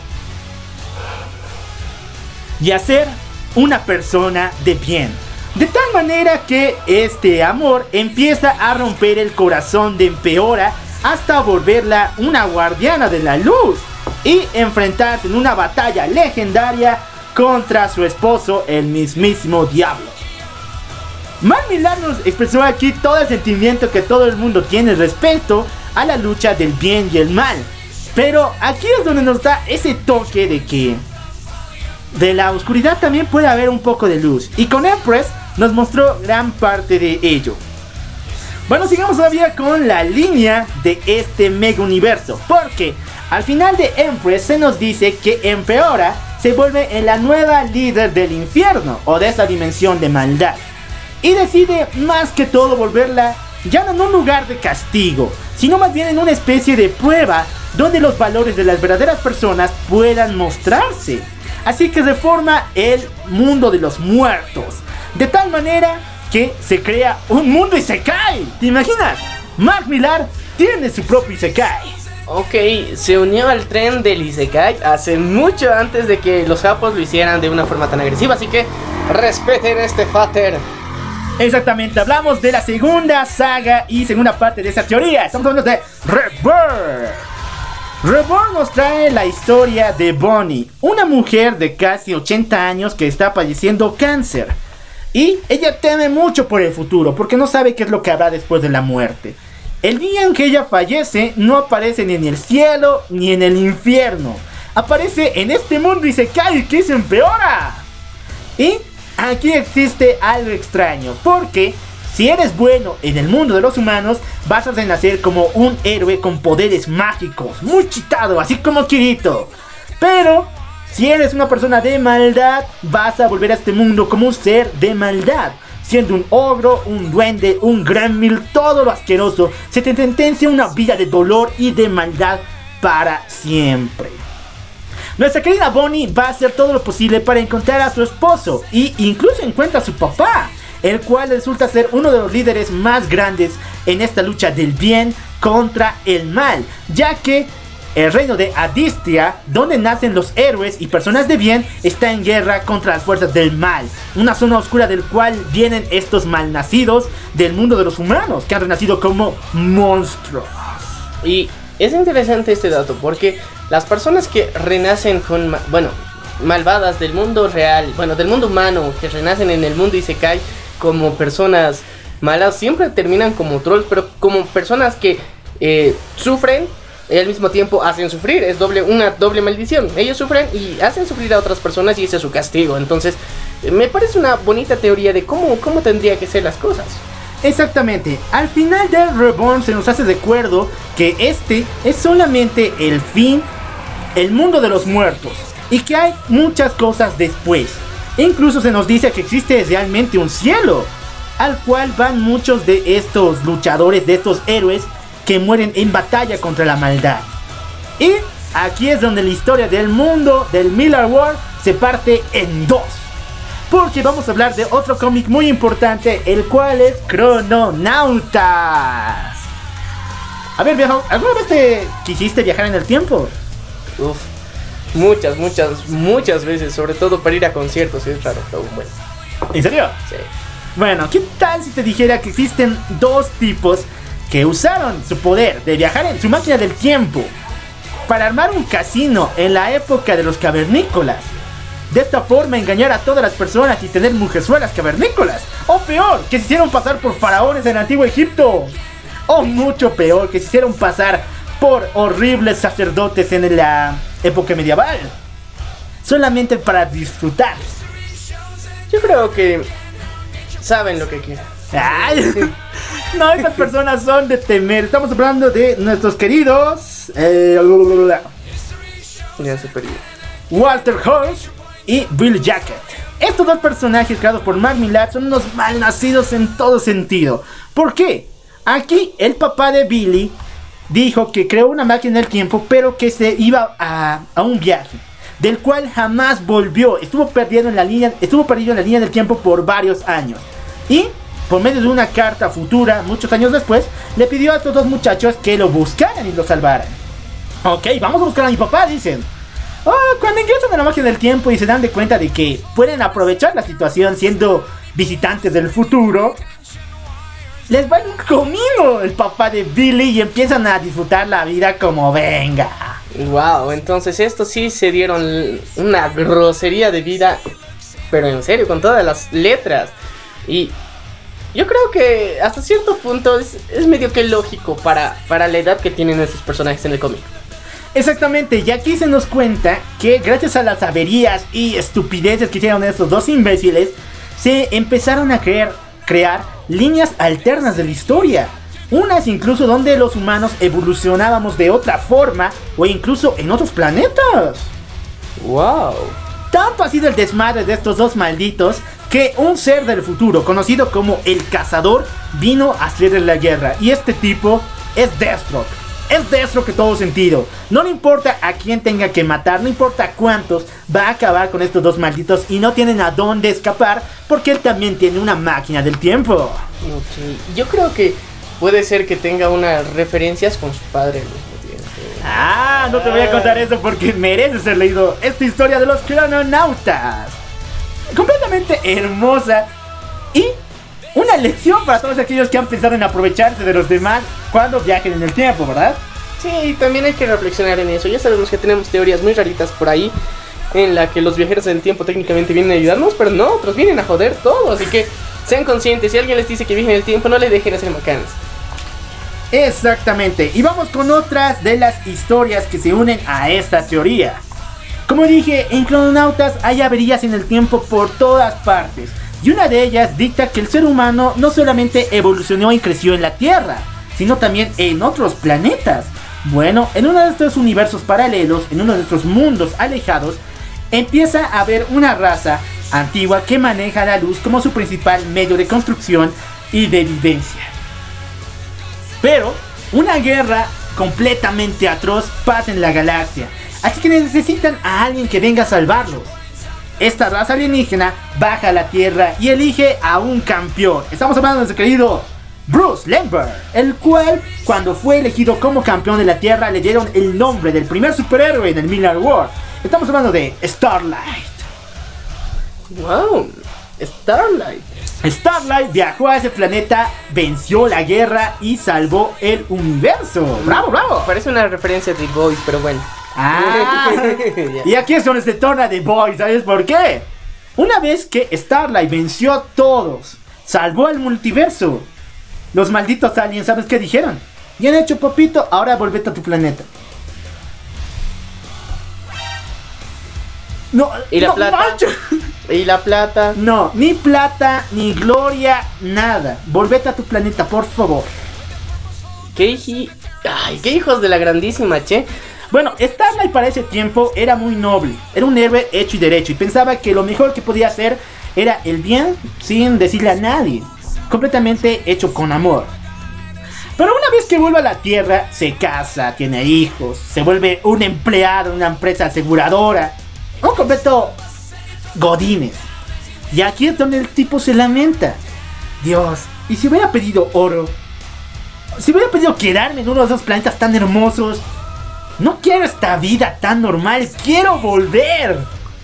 y a ser una persona de bien. De tal manera que este amor empieza a romper el corazón de Empeora hasta volverla una guardiana de la luz y enfrentarse en una batalla legendaria contra su esposo, el mismísimo diablo. Mark Millar nos expresó aquí todo el sentimiento que todo el mundo tiene respecto a la lucha del bien y el mal. Pero aquí es donde nos da ese toque de que de la oscuridad también puede haber un poco de luz. Y con Empress nos mostró gran parte de ello. Bueno, sigamos todavía con la línea de este mega universo, porque al final de Empress se nos dice que Empeora se vuelve en la nueva líder del infierno o de esa dimensión de maldad, y decide más que todo volverla ya no en un lugar de castigo, sino más bien en una especie de prueba donde los valores de las verdaderas personas puedan mostrarse. Así que reforma el mundo de los muertos, de tal manera que se crea un mundo Isekai. ¿Te imaginas? Mark Millar tiene su propio Isekai. Ok, se unió al tren del Isekai hace mucho antes de que los japos lo hicieran de una forma tan agresiva, así que respeten este fater. Exactamente, hablamos de la segunda saga y segunda parte de esa teoría. Estamos hablando de Reborn. Reborn nos trae la historia de Bonnie, una mujer de casi 80 años que está padeciendo cáncer. Y ella teme mucho por el futuro, porque no sabe qué es lo que habrá después de la muerte. El día en que ella fallece, no aparece ni en el cielo ni en el infierno. Aparece en este mundo y se cae, que se empeora. Y aquí existe algo extraño, porque si eres bueno en el mundo de los humanos, vas a renacer como un héroe con poderes mágicos, muy chitado, así como Kirito. Pero si eres una persona de maldad, vas a volver a este mundo como un ser de maldad, siendo un ogro, un duende, un gremlin, todo lo asqueroso. Se te sentencia una vida de dolor y de maldad para siempre. Nuestra querida Bonnie va a hacer todo lo posible para encontrar a su esposo, y incluso encuentra a su papá, el cual resulta ser uno de los líderes más grandes en esta lucha del bien contra el mal, ya que el reino de Adistia, donde nacen los héroes y personas de bien, está en guerra contra las fuerzas del mal. Una zona oscura del cual vienen estos malnacidos del mundo de los humanos, que han renacido como monstruos. Y es interesante este dato, porque las personas que renacen con, malvadas del mundo real, del mundo humano, que renacen en el mundo Isekai como personas malas, siempre terminan como trolls, pero como personas que sufren y al mismo tiempo hacen sufrir. Es una doble maldición. Ellos sufren y hacen sufrir a otras personas, y ese es su castigo. Entonces me parece una bonita teoría de cómo tendría que ser las cosas. Exactamente, al final de Reborn se nos hace de acuerdo que este es solamente el fin, el mundo de los muertos, y que hay muchas cosas después. Incluso se nos dice que existe realmente un cielo, al cual van muchos de estos luchadores, de estos héroes que mueren en batalla contra la maldad. Y aquí es donde la historia del mundo del Miller World se parte en dos, porque vamos a hablar de otro cómic muy importante, el cual es Chrononautas. A ver, viejo, ¿alguna vez te quisiste viajar en el tiempo? Uf, muchas veces, sobre todo para ir a conciertos. Es raro, pero bueno. ¿En serio? Sí. Bueno, ¿qué tal si te dijera que existen dos tipos que usaron su poder de viajar en su máquina del tiempo para armar un casino en la época de los cavernícolas? De esta forma engañar a todas las personas y tener mujerzuelas cavernícolas. O peor, que se hicieron pasar por faraones en el antiguo Egipto. O mucho peor, que se hicieron pasar por horribles sacerdotes en la época medieval, solamente para disfrutar. Yo creo que saben lo que quieren. Ay, no, estas personas son de temer. Estamos hablando de nuestros queridos Ya se perdió. Walter Hirsch y Bill Jacket. Estos dos personajes creados por Mark Millar son unos malnacidos en todo sentido. ¿Por qué? Aquí el papá de Billy dijo que creó una máquina del tiempo, pero que se iba a un viaje, del cual jamás volvió. Estuvo perdido en la línea del tiempo por varios años. Y por medio de una carta futura, muchos años después, le pidió a estos dos muchachos que lo buscaran y lo salvaran. Ok, vamos a buscar a mi papá, dicen. Cuando ingresan a la máquina del tiempo y se dan de cuenta de que pueden aprovechar la situación siendo visitantes del futuro, les va un comino el papá de Billy y empiezan a disfrutar la vida como venga. Wow, entonces estos sí se dieron una grosería de vida, pero en serio, con todas las letras. Y yo creo que hasta cierto punto es medio que lógico para la edad que tienen esos personajes en el cómic. Exactamente, y aquí se nos cuenta que gracias a las averías y estupideces que hicieron estos dos imbéciles, se empezaron a crear líneas alternas de la historia. Unas incluso donde los humanos evolucionábamos de otra forma o incluso en otros planetas. Wow. Tanto ha sido el desmadre de estos dos malditos que un ser del futuro conocido como el Cazador vino a hacerle la guerra. Y este tipo es Deathstroke. Es Deathstroke en todo sentido. No le importa a quién tenga que matar, no importa cuántos, va a acabar con estos dos malditos y no tienen a dónde escapar porque él también tiene una máquina del tiempo. Ok, yo creo que puede ser que tenga unas referencias con su padre al mismo tiempo. No te voy a contar eso porque mereces ser leído esta historia de los crononautas. Completamente hermosa y una lección para todos aquellos que han pensado en aprovecharse de los demás cuando viajen en el tiempo, ¿verdad? Sí, también hay que reflexionar en eso. Ya sabemos que tenemos teorías muy raritas por ahí en la que los viajeros del tiempo técnicamente vienen a ayudarnos, pero no, otros vienen a joder todo. Así que sean conscientes, si alguien les dice que viajen en el tiempo, no le dejen hacer macanas. Exactamente, y vamos con otras de las historias que se unen a esta teoría. Como dije, en Crononautas hay averías en el tiempo por todas partes, y una de ellas dicta que el ser humano no solamente evolucionó y creció en la Tierra, sino también en otros planetas. Bueno, en uno de estos universos paralelos, en uno de estos mundos alejados, empieza a haber una raza antigua que maneja la luz como su principal medio de construcción y de vivencia. Pero una guerra completamente atroz pasa en la galaxia, así que necesitan a alguien que venga a salvarlos. Esta raza alienígena baja a la Tierra y elige a un campeón. Estamos hablando de nuestro querido Bruce Lambert, el cual, cuando fue elegido como campeón de la Tierra, le dieron el nombre del primer superhéroe en el Miller War. Estamos hablando de Starlight. Wow, Starlight. Starlight viajó a ese planeta, venció la guerra y salvó el universo. ¡Bravo, bravo! Parece una referencia a The Boys, pero bueno. Y aquí es donde se torna The Boys, ¿sabes por qué? Una vez que Starlight venció a todos, salvó al multiverso, los malditos aliens, ¿sabes qué dijeron? Bien hecho, papito, ahora volvete a tu planeta. No, ¿Y la no, plata? macho. ¿Y la plata? No, ni plata, ni gloria, nada. Volvete a tu planeta, por favor. Ay, qué hijos de la grandísima, che. Bueno, Starlight para ese tiempo era muy noble. Era un héroe hecho y derecho. Y pensaba que lo mejor que podía hacer era el bien sin decirle a nadie. Completamente hecho con amor. Pero una vez que vuelve a la Tierra, se casa, tiene hijos, se vuelve un empleado en una empresa aseguradora. Un completo godines. Y aquí es donde el tipo se lamenta. Dios, ¿y si hubiera pedido oro? Si hubiera pedido quedarme en uno de esos planetas tan hermosos. No quiero esta vida tan normal, quiero volver.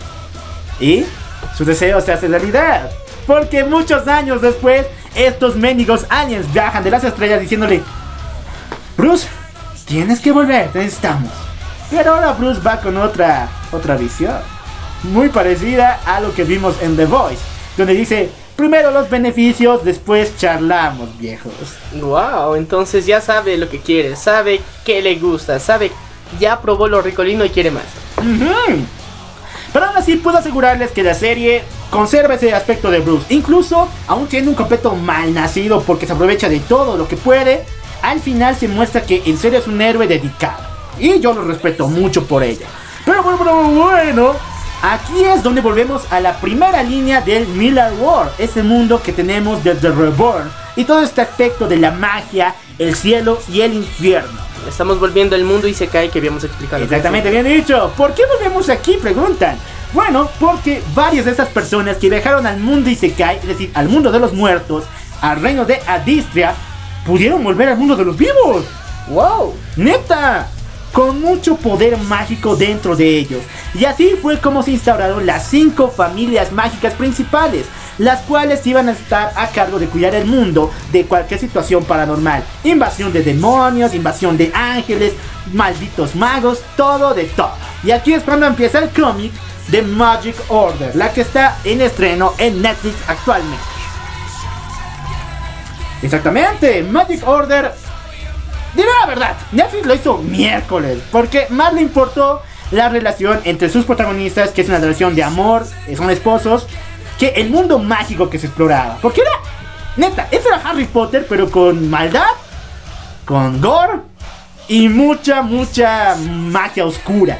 Y su deseo se hace realidad, porque muchos años después, estos mendigos aliens viajan de las estrellas diciéndole: Bruce, tienes que volver, te necesitamos. Pero ahora Bruce va con otra visión, muy parecida a lo que vimos en The Voice, donde dice: primero los beneficios, después charlamos, viejos. Wow, entonces ya sabe lo que quiere, sabe qué le gusta, sabe, ya probó lo ricolino y quiere más. Pero aún así puedo asegurarles que la serie conserva ese aspecto de Bruce. Incluso, aún siendo un completo malnacido porque se aprovecha de todo lo que puede, al final se muestra que en serio es un héroe dedicado. Y yo lo respeto mucho por ello. Pero bueno, aquí es donde volvemos a la primera línea del Miller War. Ese mundo que tenemos desde Reborn. Y todo este aspecto de la magia, el cielo y el infierno. Estamos volviendo al mundo Isekai que habíamos explicado. Exactamente, bien dicho. ¿Por qué volvemos aquí? Preguntan. Bueno, porque varias de esas personas que viajaron al mundo Isekai, es decir, al mundo de los muertos, al reino de Adistria, pudieron volver al mundo de los vivos. ¡Wow! ¡Neta! Con mucho poder mágico dentro de ellos. Y así fue como se instauraron las 5 familias mágicas principales, las cuales iban a estar a cargo de cuidar el mundo de cualquier situación paranormal. Invasión de demonios, invasión de ángeles, malditos magos, todo de todo. Y aquí es cuando empieza el cómic de Magic Order, la que está en estreno en Netflix actualmente. Exactamente, Magic Order. Diré la verdad, Netflix lo hizo miércoles, porque más le importó la relación entre sus protagonistas, que es una relación de amor, son esposos, que el mundo mágico que se exploraba. Porque era, neta, esto era Harry Potter, pero con maldad, con gore y mucha magia oscura.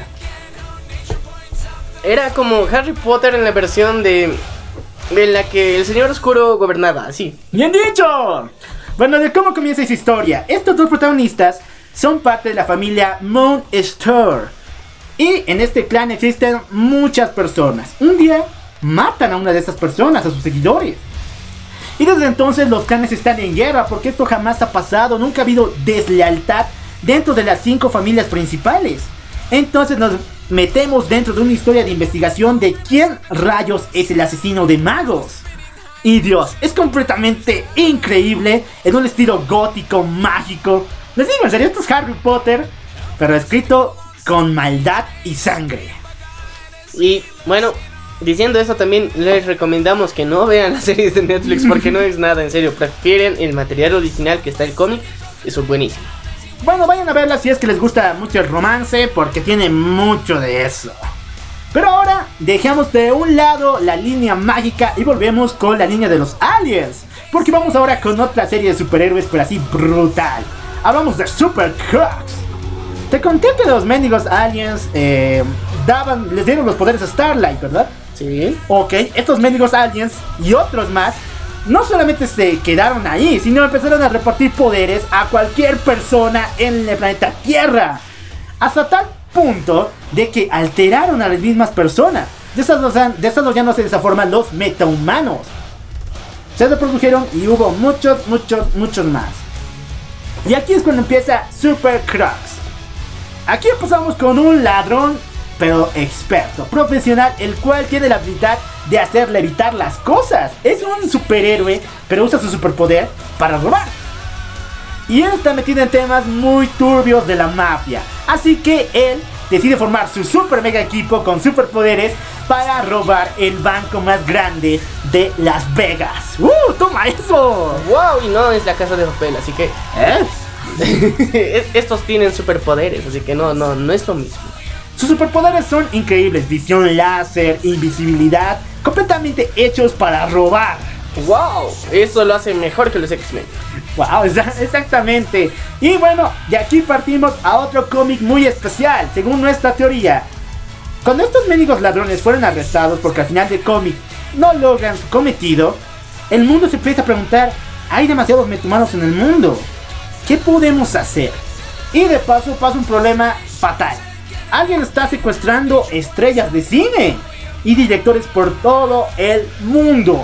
Era como Harry Potter en la versión en la que el señor oscuro gobernaba, así. ¡Bien dicho! Bueno, de cómo comienza esa historia. Estos dos protagonistas son parte de la familia Moonstar. Y en este clan existen muchas personas. Un día matan a una de esas personas, a sus seguidores. Y desde entonces los clanes están en guerra, porque esto jamás ha pasado. Nunca ha habido deslealtad dentro de las 5 familias principales. Entonces nos metemos dentro de una historia de investigación de quién rayos es el asesino de magos. Y Dios, es completamente increíble, en un estilo gótico, mágico. Les digo, en serio, esto es Harry Potter, pero escrito con maldad y sangre. Y bueno, diciendo eso también les recomendamos que no vean las series de Netflix porque no es nada, en serio. Prefieren el material original que está el cómic, eso es buenísimo. Bueno, vayan a verla si es que les gusta mucho el romance, porque tiene mucho de eso. Pero ahora dejamos de un lado la línea mágica y volvemos con la línea de los aliens, porque vamos ahora con otra serie de superhéroes, pero así brutal. Hablamos de Super Crux. Te conté que los mendigos aliens les dieron los poderes a Starlight, ¿verdad? Sí. Ok, estos mendigos aliens y otros más no solamente se quedaron ahí, sino empezaron a repartir poderes a cualquier persona en el planeta Tierra. Hasta tal punto de que alteraron a las mismas personas. De estas ya no se desaforman los metahumanos. Se reprodujeron y hubo muchos más. Y aquí es cuando empieza Super Crux. Aquí empezamos con un ladrón, pero experto, profesional, el cual tiene la habilidad de hacer levitar las cosas. Es un superhéroe, pero usa su superpoder para robar. Y él está metido en temas muy turbios de la mafia. Así que él decide formar su super mega equipo con superpoderes para robar el banco más grande de Las Vegas. ¡Toma eso! ¡Wow! Y no es la Casa de Papel, así que... Estos tienen superpoderes, así que no es lo mismo. Sus superpoderes son increíbles: visión láser, invisibilidad, completamente hechos para robar. ¡Wow! Eso lo hace mejor que los X-Men. ¡Wow! Exactamente. Y bueno, de aquí partimos a otro cómic muy especial, según nuestra teoría. Cuando estos mendigos ladrones fueron arrestados porque al final del cómic no logran su cometido, el mundo se empieza a preguntar: hay demasiados metahumanos en el mundo, ¿qué podemos hacer? Y de paso pasa un problema fatal. Alguien está secuestrando estrellas de cine y directores por todo el mundo.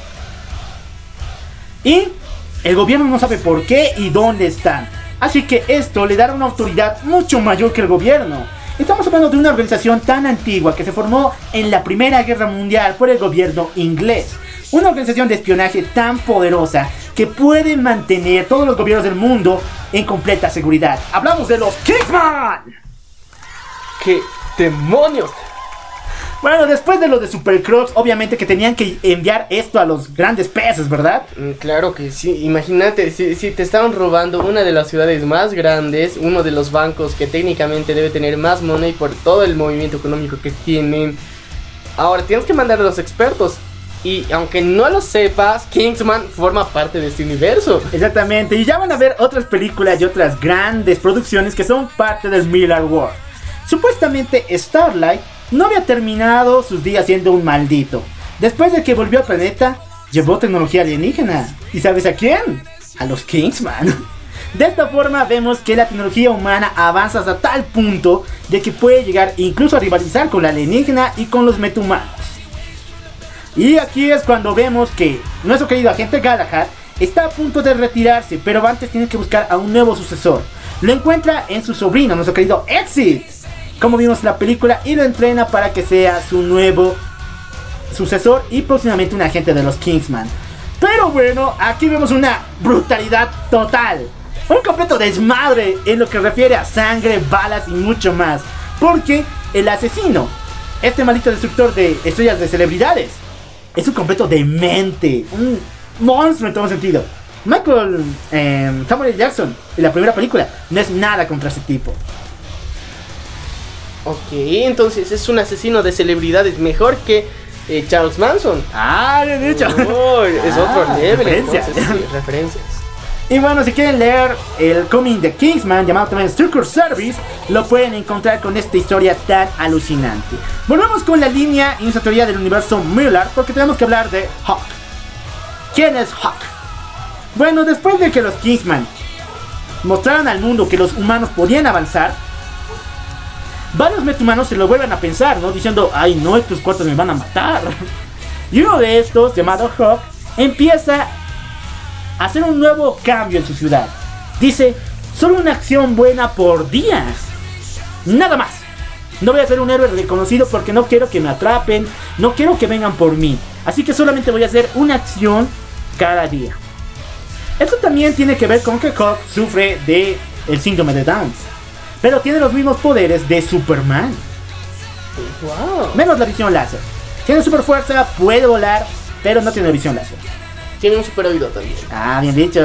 Y el gobierno no sabe por qué y dónde están. Así que esto le dará una autoridad mucho mayor que el gobierno. Estamos hablando de una organización tan antigua que se formó en la Primera Guerra Mundial por el gobierno inglés. Una organización de espionaje tan poderosa que puede mantener todos los gobiernos del mundo en completa seguridad. Hablamos de los Kingsman. ¡Qué demonios! Bueno, después de lo de Super Crux, obviamente que tenían que enviar esto a los grandes peces, ¿verdad? Claro que sí. Imagínate, si te estaban robando una de las ciudades más grandes, uno de los bancos que técnicamente debe tener más money por todo el movimiento económico que tienen. Ahora tienes que mandar a los expertos. Y aunque no lo sepas, Kingsman forma parte de este universo. Exactamente, y ya van a ver otras películas y otras grandes producciones que son parte del Miller World. Supuestamente Starlight no había terminado sus días siendo un maldito. Después de que volvió al planeta, llevó tecnología alienígena. ¿Y sabes a quién? A los Kingsman. De esta forma vemos que la tecnología humana avanza hasta tal punto de que puede llegar incluso a rivalizar con la alienígena y con los metahumanos. Y aquí es cuando vemos que nuestro querido agente Galahad está a punto de retirarse, pero antes tiene que buscar a un nuevo sucesor. Lo encuentra en su sobrino, nuestro querido Exit, como vimos en la película, y lo entrena para que sea su nuevo sucesor y próximamente un agente de los Kingsman. Pero bueno, aquí vemos una brutalidad total, un completo desmadre en lo que refiere a sangre, balas y mucho más, porque el asesino, este maldito destructor de estrellas de celebridades, es un completo demente, un monstruo en todo sentido. Samuel L. Jackson en la primera película no es nada contra ese tipo. Ok, entonces es un asesino de celebridades mejor que Charles Manson. Ah, bien dicho. Oh, es otro level. Referencias. Entonces, sí, referencias. Y bueno, si quieren leer el cómic de Kingsman, llamado también Secret Service, lo pueden encontrar con esta historia tan alucinante. Volvemos con la línea y nuestra teoría del universo Miller, porque tenemos que hablar de Hawk. ¿Quién es Hawk? Bueno, después de que los Kingsman mostraron al mundo que los humanos podían avanzar, varios metahumanos se lo vuelven a pensar, ¿no? Diciendo: ay no, estos cuartos me van a matar. Y uno de estos, llamado Hawk, empieza a hacer un nuevo cambio en su ciudad. Dice: solo una acción buena por día. Nada más. No voy a ser un héroe reconocido porque no quiero que me atrapen, no quiero que vengan por mí. Así que solamente voy a hacer una acción cada día. Esto también tiene que ver con que Hulk sufre de el síndrome de Down, pero tiene los mismos poderes de Superman. Wow. Menos la visión láser. Tiene super fuerza, puede volar, pero no tiene visión láser. Tiene un super oído también. Ah, bien dicho.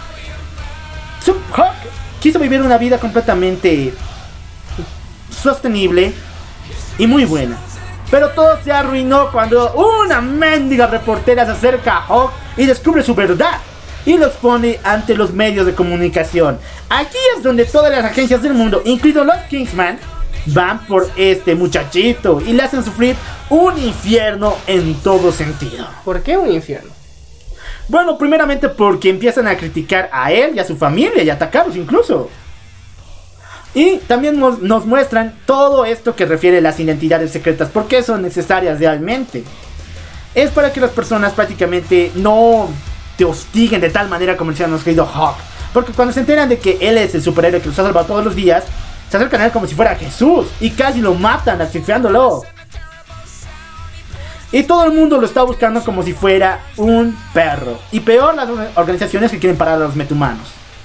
Hulk quiso vivir una vida completamente sostenible y muy buena, pero todo se arruinó cuando una mendiga reportera se acerca a Hulk y descubre su verdad y lo expone ante los medios de comunicación. Aquí es donde todas las agencias del mundo, incluidos los Kingsman, van por este muchachito y le hacen sufrir un infierno en todo sentido. ¿Por qué un infierno? Bueno, primeramente porque empiezan a criticar a él y a su familia y a atacarlos incluso. Y también nos muestran todo esto que refiere a las identidades secretas. ¿Por qué son necesarias realmente? Es para que las personas prácticamente no te hostiguen de tal manera como decía nuestro querido Hulk. Porque cuando se enteran de que él es el superhéroe que los ha salvado todos los días, se acercan a él como si fuera Jesús y casi lo matan asfixiándolo. Y todo el mundo lo está buscando como si fuera un perro. Y peor las organizaciones que quieren parar a los metahumanos.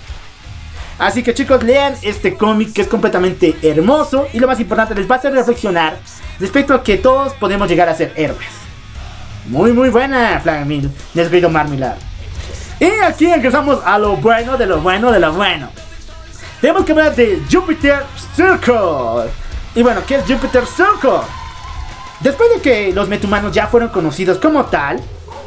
Así que chicos, lean este cómic que es completamente hermoso. Y lo más importante, les va a hacer reflexionar respecto a que todos podemos llegar a ser héroes. Muy buena, Flamil, descrito Marmillar. Y aquí empezamos a lo bueno de lo bueno de lo bueno. Tenemos que hablar de Jupiter Circle. Y bueno, ¿qué es Jupiter Circle? Después de que los metahumanos ya fueron conocidos como tal,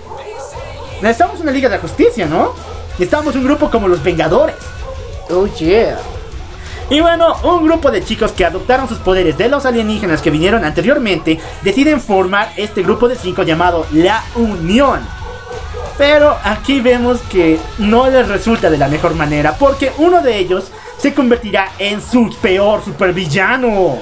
necesitamos una Liga de la Justicia, ¿no? Necesitamos un grupo como los Vengadores. Oh yeah. Y bueno, un grupo de chicos que adoptaron sus poderes de los alienígenas que vinieron anteriormente deciden formar este grupo de 5 llamado La Unión. Pero aquí vemos que no les resulta de la mejor manera, porque uno de ellos se convertirá en su peor supervillano.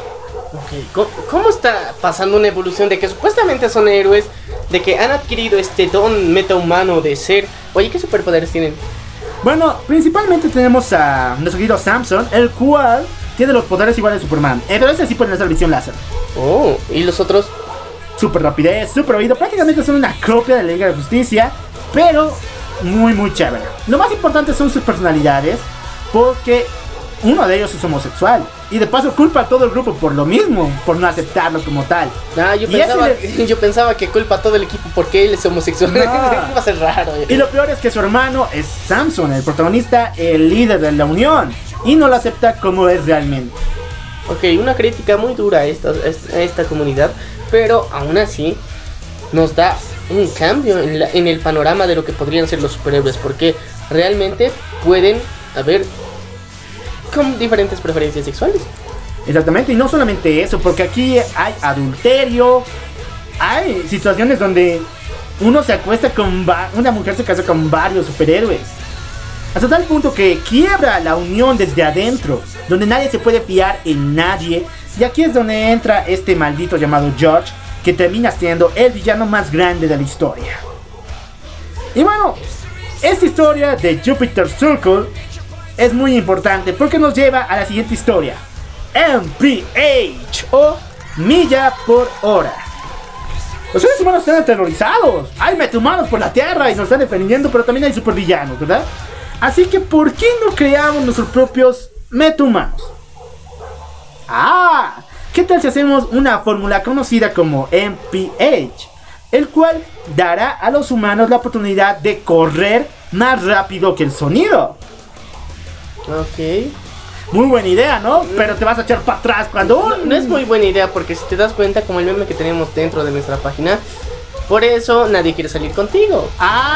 Ok, ¿cómo está pasando una evolución de que supuestamente son héroes, de que han adquirido este don metahumano de ser? Oye, ¿qué superpoderes tienen? Bueno, principalmente tenemos a nuestro querido Samson, el cual tiene los poderes iguales de Superman. Pero ese sí puede hacer visión láser. Oh, ¿y los otros? Super rapidez, super oído. Prácticamente son una copia de la Liga de Justicia, pero muy chévere. Lo más importante son sus personalidades, porque uno de ellos es homosexual. Y de paso culpa a todo el grupo por lo mismo, por no aceptarlo como tal. Ah, yo pensaba que culpa a todo el equipo porque él es homosexual. No. Va a ser raro. Y lo peor es que su hermano es Samson, el protagonista, el líder de la Unión, y no lo acepta como es realmente. Ok, una crítica muy dura a esta comunidad, pero aún así nos da un cambio en el panorama de lo que podrían ser los superhéroes, porque realmente pueden haber con diferentes preferencias sexuales. Exactamente, y no solamente eso, porque aquí hay adulterio, hay situaciones donde uno se acuesta con una mujer se casa con varios superhéroes, hasta tal punto que quiebra la unión desde adentro, donde nadie se puede fiar en nadie. Y aquí es donde entra este maldito llamado George, que termina siendo el villano más grande de la historia. Y bueno, esta historia de Jupiter Circle es muy importante porque nos lleva a la siguiente historia: MPH, o milla por hora. Los seres humanos están aterrorizados. Hay metahumanos por la tierra y nos están defendiendo, pero también hay supervillanos, ¿verdad? Así que ¿por qué no creamos nuestros propios metahumanos? ¿Qué tal si hacemos una fórmula conocida como MPH, el cual dará a los humanos la oportunidad de correr más rápido que el sonido? Ok. Muy buena idea, ¿no? Pero te vas a echar para atrás cuando... No es muy buena idea, porque si te das cuenta, como el meme que tenemos dentro de nuestra página, por eso nadie quiere salir contigo.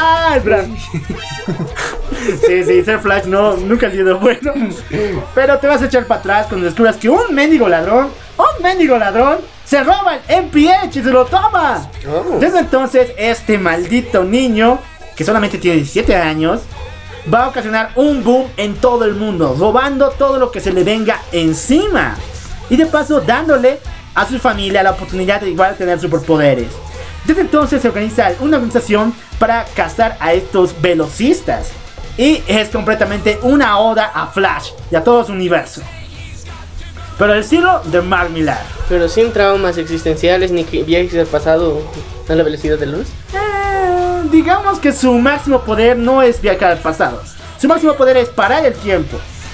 Sí, ser Flash nunca ha sido bueno. Pero te vas a echar para atrás cuando descubras que un mendigo ladrón se roba el MPH y se lo toma. Desde entonces, este maldito niño, que solamente tiene 17 años, va a ocasionar un boom en todo el mundo, robando todo lo que se le venga encima. Y de paso dándole a su familia la oportunidad de igual tener superpoderes. Desde entonces se organiza una organización para cazar a estos velocistas. Y es completamente una oda a Flash y a todo su universo. Pero el estilo de Mark Millar. Pero sin traumas existenciales ni viajes al pasado a la velocidad de luz. Digamos que su máximo poder no es viajar al pasado. Su máximo poder es parar el tiempo.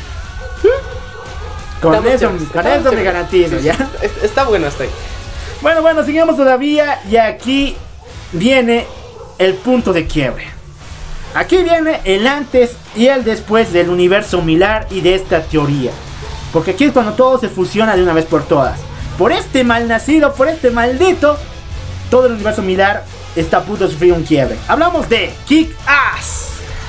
Con eso me garantizo, ¿ya? Está bueno hasta ahí. Bueno, sigamos todavía. Y aquí viene el punto de quiebre. Aquí viene el antes y el después del universo Millar y de esta teoría. Porque aquí es cuando todo se fusiona de una vez por todas. Por este malnacido, por este maldito, todo el universo Millar está a punto de sufrir un quiebre. Hablamos de Kick-Ass.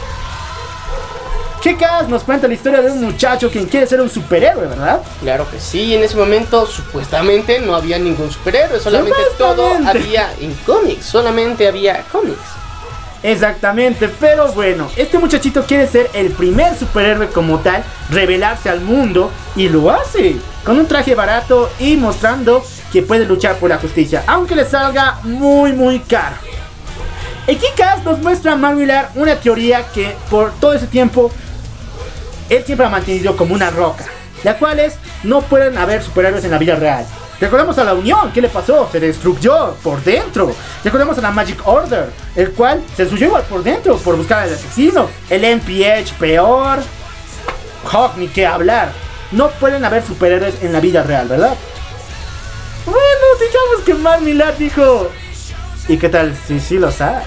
Kick-Ass nos cuenta la historia de un muchacho quien quiere ser un superhéroe, ¿verdad? Claro que sí, en ese momento supuestamente no había ningún superhéroe, solamente todo había en cómics, solamente había cómics. Exactamente, pero bueno, este muchachito quiere ser el primer superhéroe como tal, revelarse al mundo y lo hace con un traje barato y mostrando que puede luchar por la justicia, aunque le salga muy caro. En Kick-Ass nos muestra a Mark Millar una teoría que por todo ese tiempo él siempre ha mantenido como una roca, la cual es: no pueden haber superhéroes en la vida real. Recordemos a la Unión, ¿qué le pasó? Se destruyó por dentro. Recordemos a la Magic Order, el cual se destruyó igual por dentro por buscar al asesino. El MPH peor. Hawk, ni qué hablar. No pueden haber superhéroes en la vida real, ¿verdad? Bueno, digamos que Mark Millar dijo: ¿y qué tal? Sí los hay.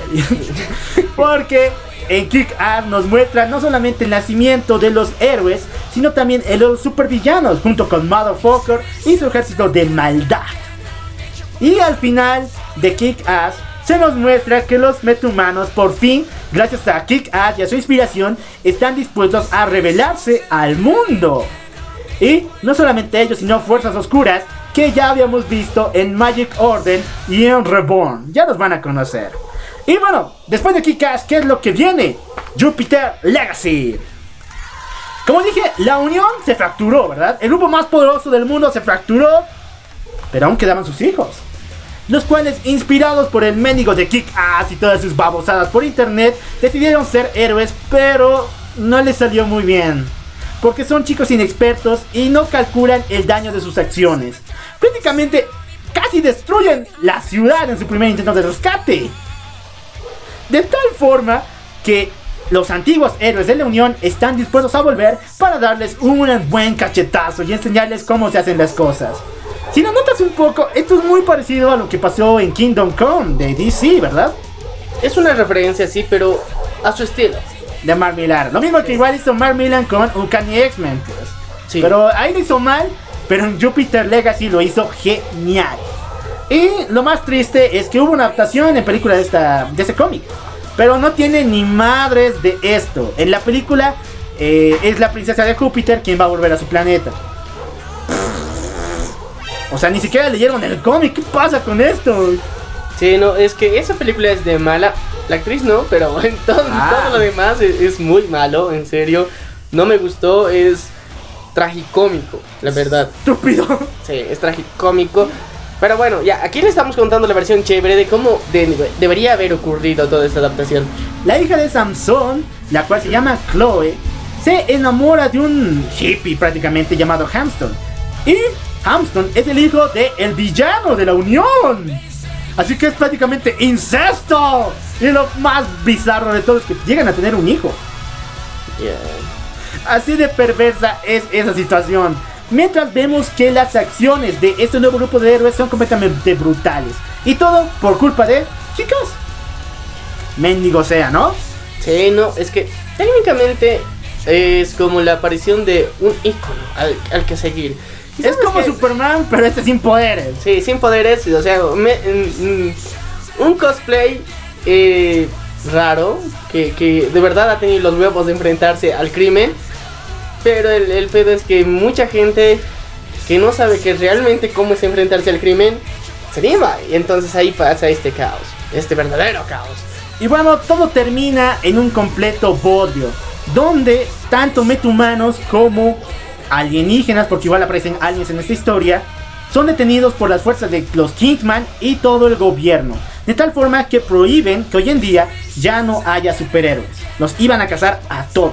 Porque en Kick-Ass nos muestra no solamente el nacimiento de los héroes, sino también el de los supervillanos, junto con Motherfucker y su ejército de maldad. Y al final de Kick-Ass se nos muestra que los metahumanos por fin, gracias a Kick-Ass y a su inspiración, están dispuestos a revelarse al mundo. Y no solamente ellos, sino fuerzas oscuras que ya habíamos visto en Magic Order y en Reborn. Ya los van a conocer. Y bueno, después de Kick-Ass, ¿qué es lo que viene? Jupiter Legacy. Como dije, la Unión se fracturó, ¿verdad? El grupo más poderoso del mundo se fracturó, pero aún quedaban sus hijos, los cuales, inspirados por el mendigo de Kick-Ass y todas sus babosadas por internet, decidieron ser héroes, pero no les salió muy bien, porque son chicos inexpertos y no calculan el daño de sus acciones. Prácticamente casi destruyen la ciudad en su primer intento de rescate. De tal forma que los antiguos héroes de la Unión están dispuestos a volver para darles un buen cachetazo y enseñarles cómo se hacen las cosas. Si lo notas un poco, esto es muy parecido a lo que pasó en Kingdom Come de DC, ¿verdad? Es una referencia, sí, pero a su estilo. De Mark Millar. Lo mismo que igual hizo Mark Millar con Uncanny X-Men, pues. Sí. Pero ahí lo hizo mal, pero en Jupiter Legacy lo hizo genial. Y lo más triste es que hubo una adaptación en película de ese cómic, pero no tiene ni madres de esto. En la película es la princesa de Júpiter quien va a volver a su planeta. O sea, ni siquiera leyeron el cómic. ¿Qué pasa con esto? Sí, no, es que esa película es de mala. La actriz no, pero en todo lo demás es muy malo, en serio. No me gustó, es tragicómico, la verdad. Estúpido. Sí, es tragicómico. Pero bueno, ya, aquí le estamos contando la versión chévere de cómo debería haber ocurrido toda esta adaptación. La hija de Samson, la cual se llama Chloe, se enamora de un hippie prácticamente llamado Hamston. Y Hamston es el hijo del villano de la Unión. Así que es prácticamente incesto. Y lo más bizarro de todo es que llegan a tener un hijo. Así de perversa es esa situación. Mientras vemos que las acciones de este nuevo grupo de héroes son completamente brutales. Y todo por culpa de chicos. Mendigo sea, ¿no? Sí, no, es que técnicamente es como la aparición de un ícono al que seguir. Es como Superman, pero este sin poderes. Sí, sin poderes, o sea, un cosplay raro, que de verdad ha tenido los huevos de enfrentarse al crimen. Pero el pedo es que mucha gente que no sabe que realmente cómo es enfrentarse al crimen se anima. Y entonces ahí pasa este caos, este verdadero caos. Y bueno, todo termina en un completo bodrio, donde tanto metahumanos como alienígenas, porque igual aparecen aliens en esta historia, son detenidos por las fuerzas de los Kingsman y todo el gobierno, de tal forma que prohíben que hoy en día ya no haya superhéroes. los iban a cazar a todos.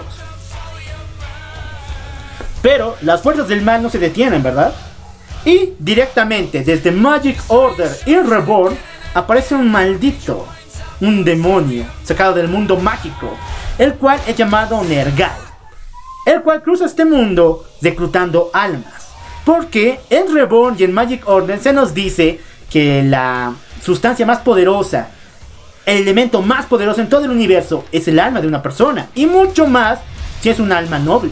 Pero las fuerzas del mal no se detienen, ¿verdad? Y directamente desde Magic Order y Reborn aparece un maldito, un demonio sacado del mundo mágico, el cual es llamado Nergal, el cual cruza este mundo reclutando almas. Porque en Reborn y en Magic Order se nos dice que la sustancia más poderosa, el elemento más poderoso en todo el universo es el alma de una persona, y mucho más si es un alma noble.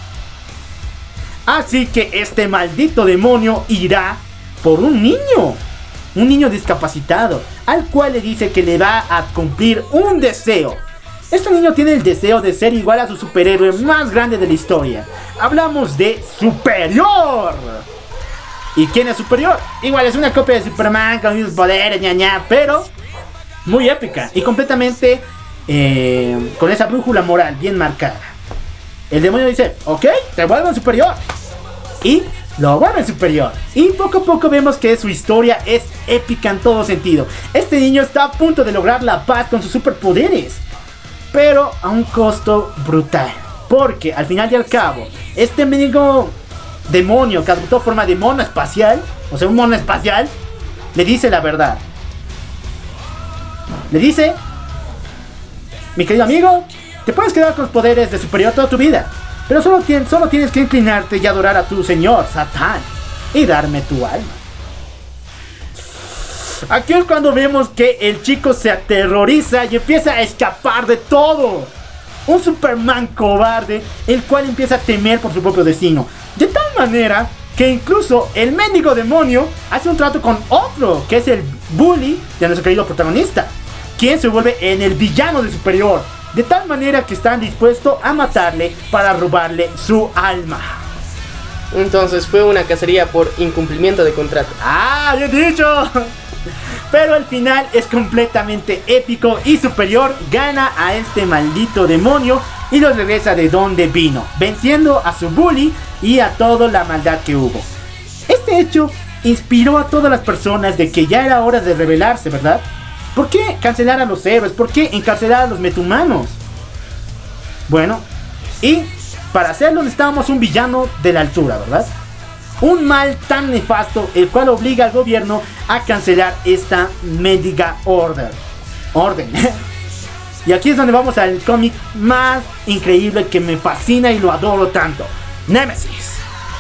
Así que este maldito demonio irá por un niño discapacitado, al cual le dice que le va a cumplir un deseo. Este niño tiene el deseo de ser igual a su superhéroe más grande de la historia. Hablamos de Superior. ¿Y quién es Superior? Igual es una copia de Superman con los mismos poderes, pero muy épica y completamente con esa brújula moral bien marcada. El demonio dice, ok, te vuelven superior. Y lo vuelven superior. Y poco a poco vemos que su historia es épica en todo sentido. Este niño está a punto de lograr la paz con sus superpoderes, pero a un costo brutal. Porque al final y al cabo, este mendigo demonio que adoptó forma de mono espacial, o sea, un mono espacial, le dice la verdad. Le dice, mi querido amigo, te puedes quedar con los poderes de superior toda tu vida, pero solo tienes que inclinarte y adorar a tu señor, Satán, y darme tu alma. Aquí es cuando vemos que el chico se aterroriza y empieza a escapar de todo. Un Superman cobarde, el cual empieza a temer por su propio destino. De tal manera que incluso el mendigo demonio hace un trato con otro, que es el bully de nuestro querido protagonista, quien se vuelve en el villano de Superior. De tal manera que están dispuestos a matarle para robarle su alma. Entonces fue una cacería por incumplimiento de contrato. ¡Ah, bien dicho! Pero al final es completamente épico y Superior gana a este maldito demonio y lo regresa de donde vino, venciendo a su bully y a toda la maldad que hubo. Este hecho inspiró a todas las personas de que ya era hora de rebelarse, ¿verdad? ¿Por qué cancelar a los héroes? ¿Por qué encarcelar a los metahumanos? Bueno, y para hacerlo necesitábamos un villano de la altura, ¿verdad? Un mal tan nefasto, el cual obliga al gobierno a cancelar esta mendiga orden. Y aquí es donde vamos al cómic más increíble que me fascina y lo adoro tanto: Némesis.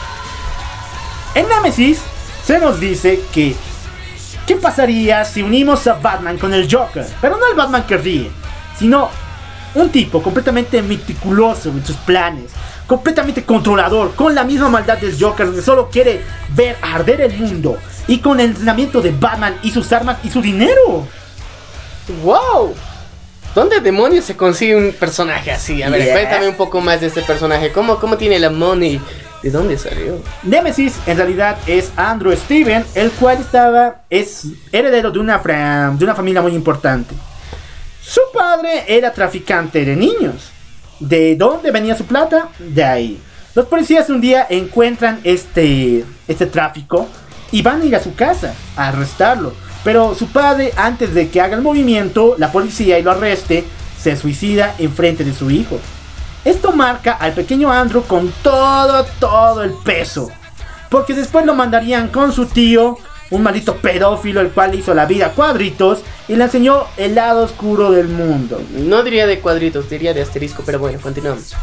En Némesis se nos dice que ¿qué pasaría si unimos a Batman con el Joker? Pero no el Batman que ríe, sino un tipo completamente meticuloso en sus planes, completamente controlador, con la misma maldad del Joker, que solo quiere ver arder el mundo, y con el entrenamiento de Batman y sus armas y su dinero. ¡Wow! ¿Dónde demonios se consigue un personaje así? A ver, cuéntame un poco más de este personaje. ¿Cómo tiene la money? ¿De dónde salió? Nemesis en realidad es Andrew Steven, el cual es heredero de una familia muy importante. Su padre era traficante de niños. ¿De dónde venía su plata? De ahí. Los policías un día encuentran este tráfico y van a ir a su casa a arrestarlo. Pero su padre, antes de que haga el movimiento, la policía y lo arreste, se suicida enfrente de su hijo. Esto marca al pequeño Andrew con todo el peso, porque después lo mandarían con su tío, un maldito pedófilo, el cual hizo la vida a cuadritos y le enseñó el lado oscuro del mundo. No diría de cuadritos, diría de asterisco, pero bueno, continuamos.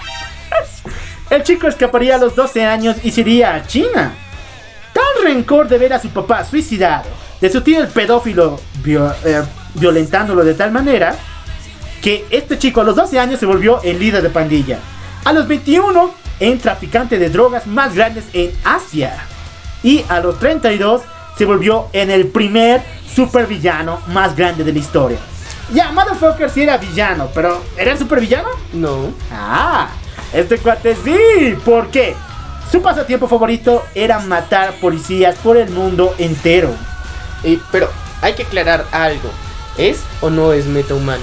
El chico escaparía a los 12 años y se iría a China. Tal rencor de ver a su papá suicidado, de su tío el pedófilo violentándolo de tal manera, que este chico a los 12 años se volvió el líder de pandilla. A los 21, en traficante de drogas más grandes en Asia. Y a los 32, se volvió en el primer supervillano más grande de la historia. Ya, Motherfucker sí era villano, pero ¿era el supervillano? No. Ah, este cuate sí. ¿Por qué? Su pasatiempo favorito era matar policías por el mundo entero. Pero hay que aclarar algo. ¿Es o no es metahumano?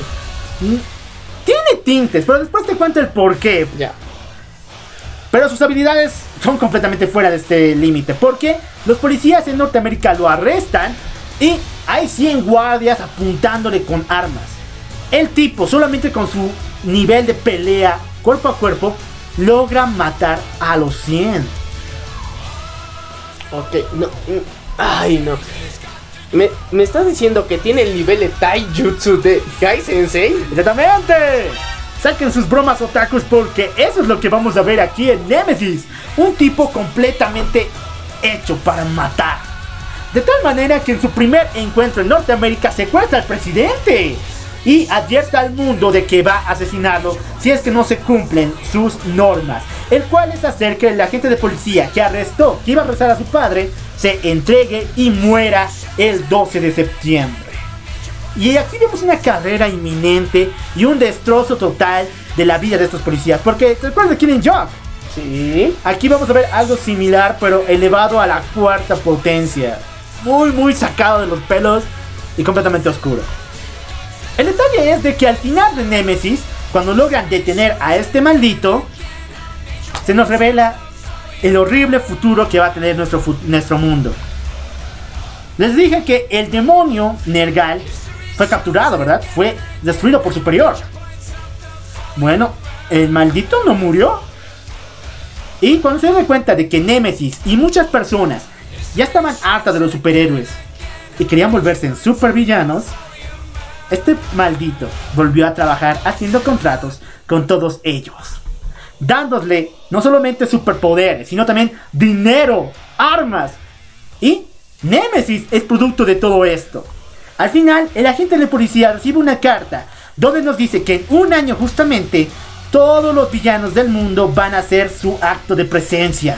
Tiene tintes, pero después te cuento el por qué. Ya. Pero sus habilidades son completamente fuera de este límite, porque los policías en Norteamérica lo arrestan y hay 100 guardias apuntándole con armas. El tipo, solamente con su nivel de pelea cuerpo a cuerpo, logra matar a los 100. Ok, no. Ay, no. ¿Me estás diciendo que tiene el nivel de taijutsu de Gai Sensei? ¡Exactamente! Saquen sus bromas otakus porque eso es lo que vamos a ver aquí en Nemesis. Un tipo completamente hecho para matar. De tal manera que en su primer encuentro en Norteamérica secuestra al presidente y advierte al mundo de que va a asesinarlo si es que no se cumplen sus normas. El cual es hacer que el agente de policía que arrestó, que iba a arrestar a su padre, se entregue y muera el 12 de septiembre. Y aquí vemos una carrera inminente y un destrozo total de la vida de estos policías. Porque, ¿te acuerdas de Killing Joke? Sí. Aquí vamos a ver algo similar, pero elevado a la cuarta potencia. Muy sacado de los pelos y completamente oscuro. El detalle es de que al final de Nemesis, cuando logran detener a este maldito, se nos revela el horrible futuro que va a tener nuestro mundo. Les dije que el demonio Nergal fue capturado, ¿verdad? Fue destruido por Superior. Bueno, el maldito no murió. Y cuando se da cuenta de que Nemesis y muchas personas ya estaban hartas de los superhéroes y querían volverse en supervillanos, este maldito volvió a trabajar haciendo contratos con todos ellos, dándole no solamente superpoderes, sino también dinero, armas. Y Nemesis es producto de todo esto. Al final, el agente de policía recibe una carta donde nos dice que en un año justamente todos los villanos del mundo van a hacer su acto de presencia.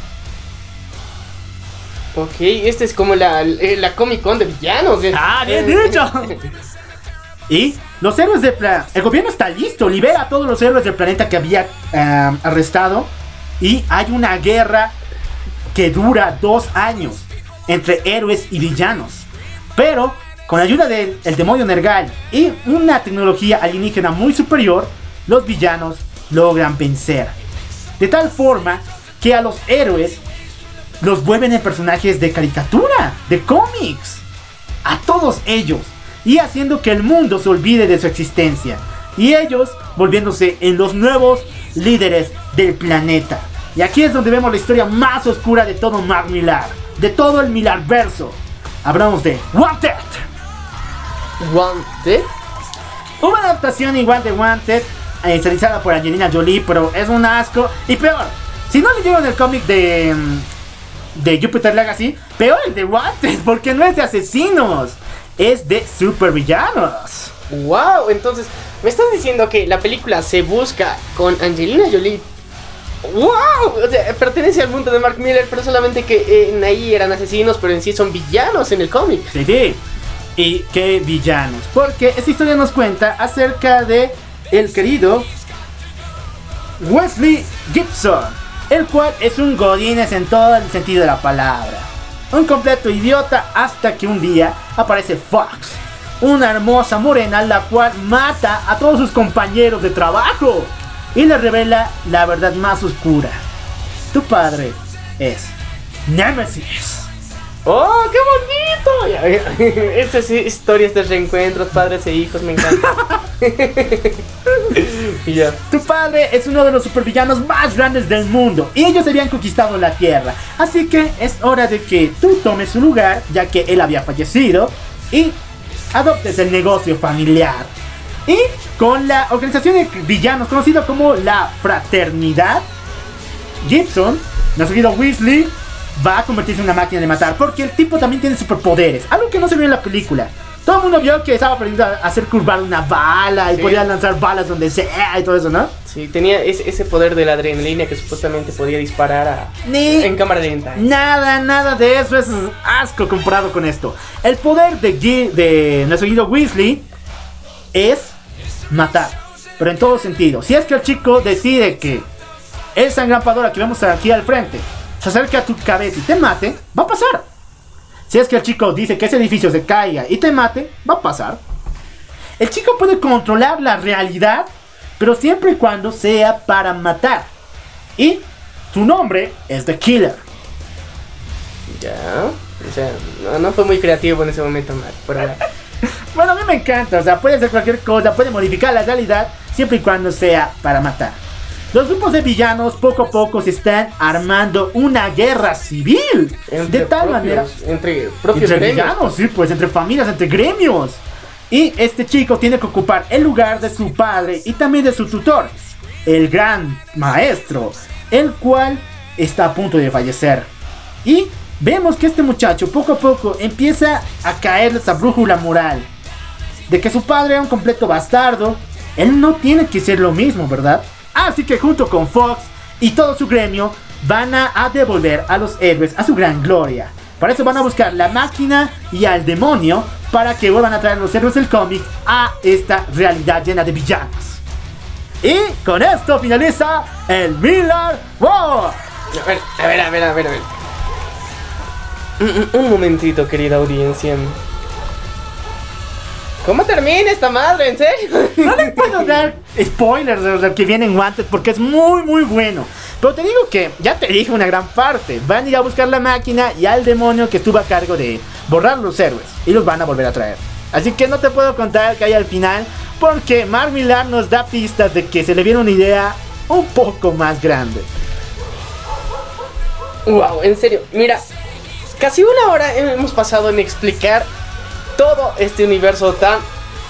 Ok, este es como la Comic Con de villanos. ¡Ah, bien dicho! Y los héroes del planeta, el gobierno está listo, libera a todos los héroes del planeta que había arrestado. Y hay una guerra que dura 2 años entre héroes y villanos. Pero con la ayuda del demonio Nergal y una tecnología alienígena muy superior, los villanos logran vencer. De tal forma que a los héroes los vuelven en personajes de caricatura, de cómics. A todos ellos. Y haciendo que el mundo se olvide de su existencia. Y ellos volviéndose en los nuevos líderes del planeta. Y aquí es donde vemos la historia más oscura de todo Mark Millar. De todo el Millarverso. Hablamos de Wanted. ¿Wanted? Hubo una adaptación igual de Wanted, realizada por Angelina Jolie, pero es un asco. Y peor, si no leyeron el cómic de Jupiter Legacy, peor el de Wanted, porque no es de asesinos, es de supervillanos. Wow, entonces, ¿me estás diciendo que la película se busca con Angelina Jolie? ¡Wow! O sea, pertenece al mundo de Mark Millar, pero solamente que en ahí eran asesinos, pero en sí son villanos en el cómic. Sí. ¿Y qué villanos? Porque esta historia nos cuenta acerca de el querido Wesley Gibson, el cual es un godínez en todo el sentido de la palabra. Un completo idiota hasta que un día aparece Fox, una hermosa morena la cual mata a todos sus compañeros de trabajo y le revela la verdad más oscura. Tu padre es Nemesis. ¡Oh, qué bonito! Estas historias de reencuentros, padres e hijos, me encantan. Ya. Tu padre es uno de los supervillanos más grandes del mundo y ellos habían conquistado la Tierra. Así que es hora de que tú tomes su lugar, ya que él había fallecido, y adoptes el negocio familiar. Y con la organización de villanos conocida como la Fraternidad, Gibson, nuestro querido Weasley, va a convertirse en una máquina de matar, porque el tipo también tiene superpoderes, algo que no se vio en la película. Todo el mundo vio que estaba aprendiendo a hacer curvar una bala y podía lanzar balas donde sea y todo eso, ¿no? Sí, tenía ese poder de la adrenalina que supuestamente podía disparar en cámara lenta. Nada de eso, es asco comparado con esto. El poder de nuestro querido Weasley es matar, pero en todo sentido. Si es que el chico decide que esa engrampadora que vemos aquí al frente se acerque a tu cabeza y te mate, va a pasar. Si es que el chico dice que ese edificio se caiga y te mate, va a pasar. El chico puede controlar la realidad, pero siempre y cuando sea para matar. Y su nombre es The Killer. Ya, o sea, no fue muy creativo en ese momento, Mark, pero... Bueno, a mí me encanta, o sea, puede hacer cualquier cosa, puede modificar la realidad, siempre y cuando sea para matar. Los grupos de villanos poco a poco se están armando una guerra civil. De tal manera... Entre propios entre gremios. villanos, sí, pues entre familias, entre gremios. Y este chico tiene que ocupar el lugar de su padre y también de su tutor, el gran maestro, el cual está a punto de fallecer. Y vemos que este muchacho poco a poco empieza a caer esa brújula moral de que su padre era un completo bastardo. Él no tiene que ser lo mismo, ¿verdad? Así que junto con Fox y todo su gremio van a devolver a los héroes a su gran gloria. Para eso van a buscar la máquina y al demonio para que vuelvan a traer los héroes del cómic a esta realidad llena de villanos. Y con esto finaliza el Miller War. A ver. Un momentito, querida audiencia. ¿Cómo termina esta madre? ¿En serio? No les puedo dar spoilers de lo que viene en Wanted porque es muy muy bueno. Pero te digo que ya te dije una gran parte. Van a ir a buscar la máquina y al demonio que estuvo a cargo de borrar los héroes. Y los van a volver a traer. Así que no te puedo contar qué hay al final, porque Mark Millar nos da pistas de que se le viene una idea un poco más grande. Wow, en serio, mira, casi una hora hemos pasado en explicar todo este universo tan,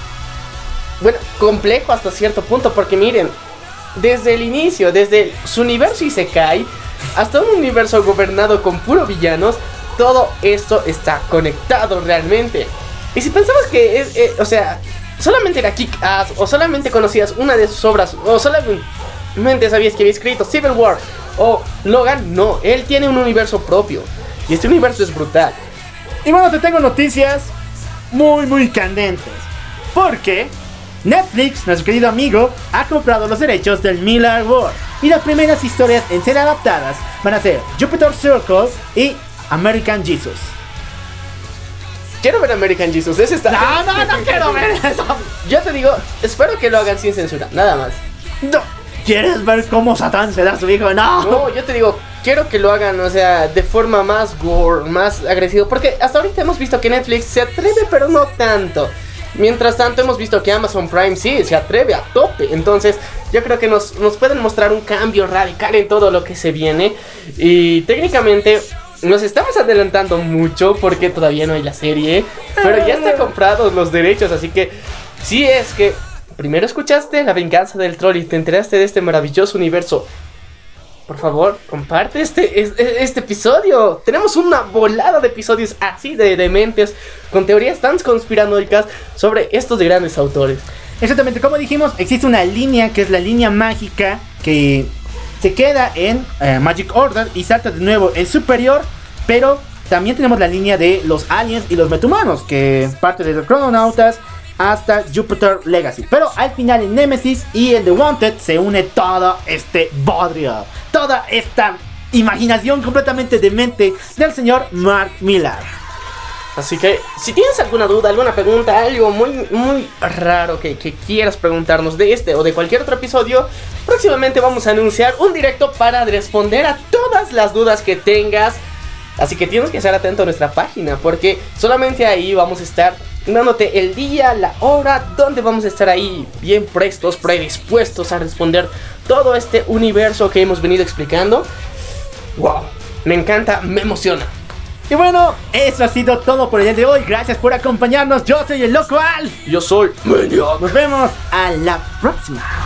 bueno, complejo hasta cierto punto, porque miren, desde el inicio, desde su universo Isekai hasta un universo gobernado con puro villanos, todo esto está conectado realmente. Y si pensabas que o sea, solamente era Kick-Ass, o solamente conocías una de sus obras, o solamente sabías que había escrito Civil War o Logan, no, él tiene un universo propio. Y este universo es brutal. Y bueno, te tengo noticias muy muy candentes, porque Netflix, nuestro querido amigo, ha comprado los derechos del Miller War. Y las primeras historias en ser adaptadas van a ser Jupiter Circle y American Jesus. Quiero ver American Jesus, ese está... No quiero ver eso. Yo te digo, espero que lo hagan sin censura, nada más. No. ¿Quieres ver cómo Satán se da a su hijo? No, yo te digo, quiero que lo hagan, o sea, de forma más gore, más agresivo. Porque hasta ahorita hemos visto que Netflix se atreve, pero no tanto. Mientras tanto hemos visto que Amazon Prime sí se atreve a tope. Entonces yo creo que nos pueden mostrar un cambio radical en todo lo que se viene. Y técnicamente nos estamos adelantando mucho porque todavía no hay la serie, pero ya están comprados los derechos. Así que si es que primero escuchaste La Venganza del Troll y te enteraste de este maravilloso universo, por favor, comparte este episodio. Tenemos una volada de episodios así de dementes, con teorías tan conspiranoicas sobre estos grandes autores. Exactamente, como dijimos, existe una línea que es la línea mágica que se queda en Magic Order y salta de nuevo en Superior, pero también tenemos la línea de los aliens y los metahumanos, que parte de los Chrononautas hasta Jupiter Legacy. Pero al final en Nemesis y en The Wanted se une todo este bodrio, toda esta imaginación completamente demente del señor Mark Millar. Así que si tienes alguna duda, alguna pregunta, algo muy muy raro que quieras preguntarnos de este o de cualquier otro episodio, próximamente vamos a anunciar un directo para responder a todas las dudas que tengas. Así que tienes que estar atento a nuestra página, porque solamente ahí vamos a estar dándote el día, la hora, donde vamos a estar ahí bien prestos, predispuestos a responder todo este universo que hemos venido explicando. Wow, me encanta, me emociona. Y bueno, eso ha sido todo por el día de hoy. Gracias por acompañarnos. Yo soy el Loco Alf. Yo soy Maniac. Nos vemos a la próxima.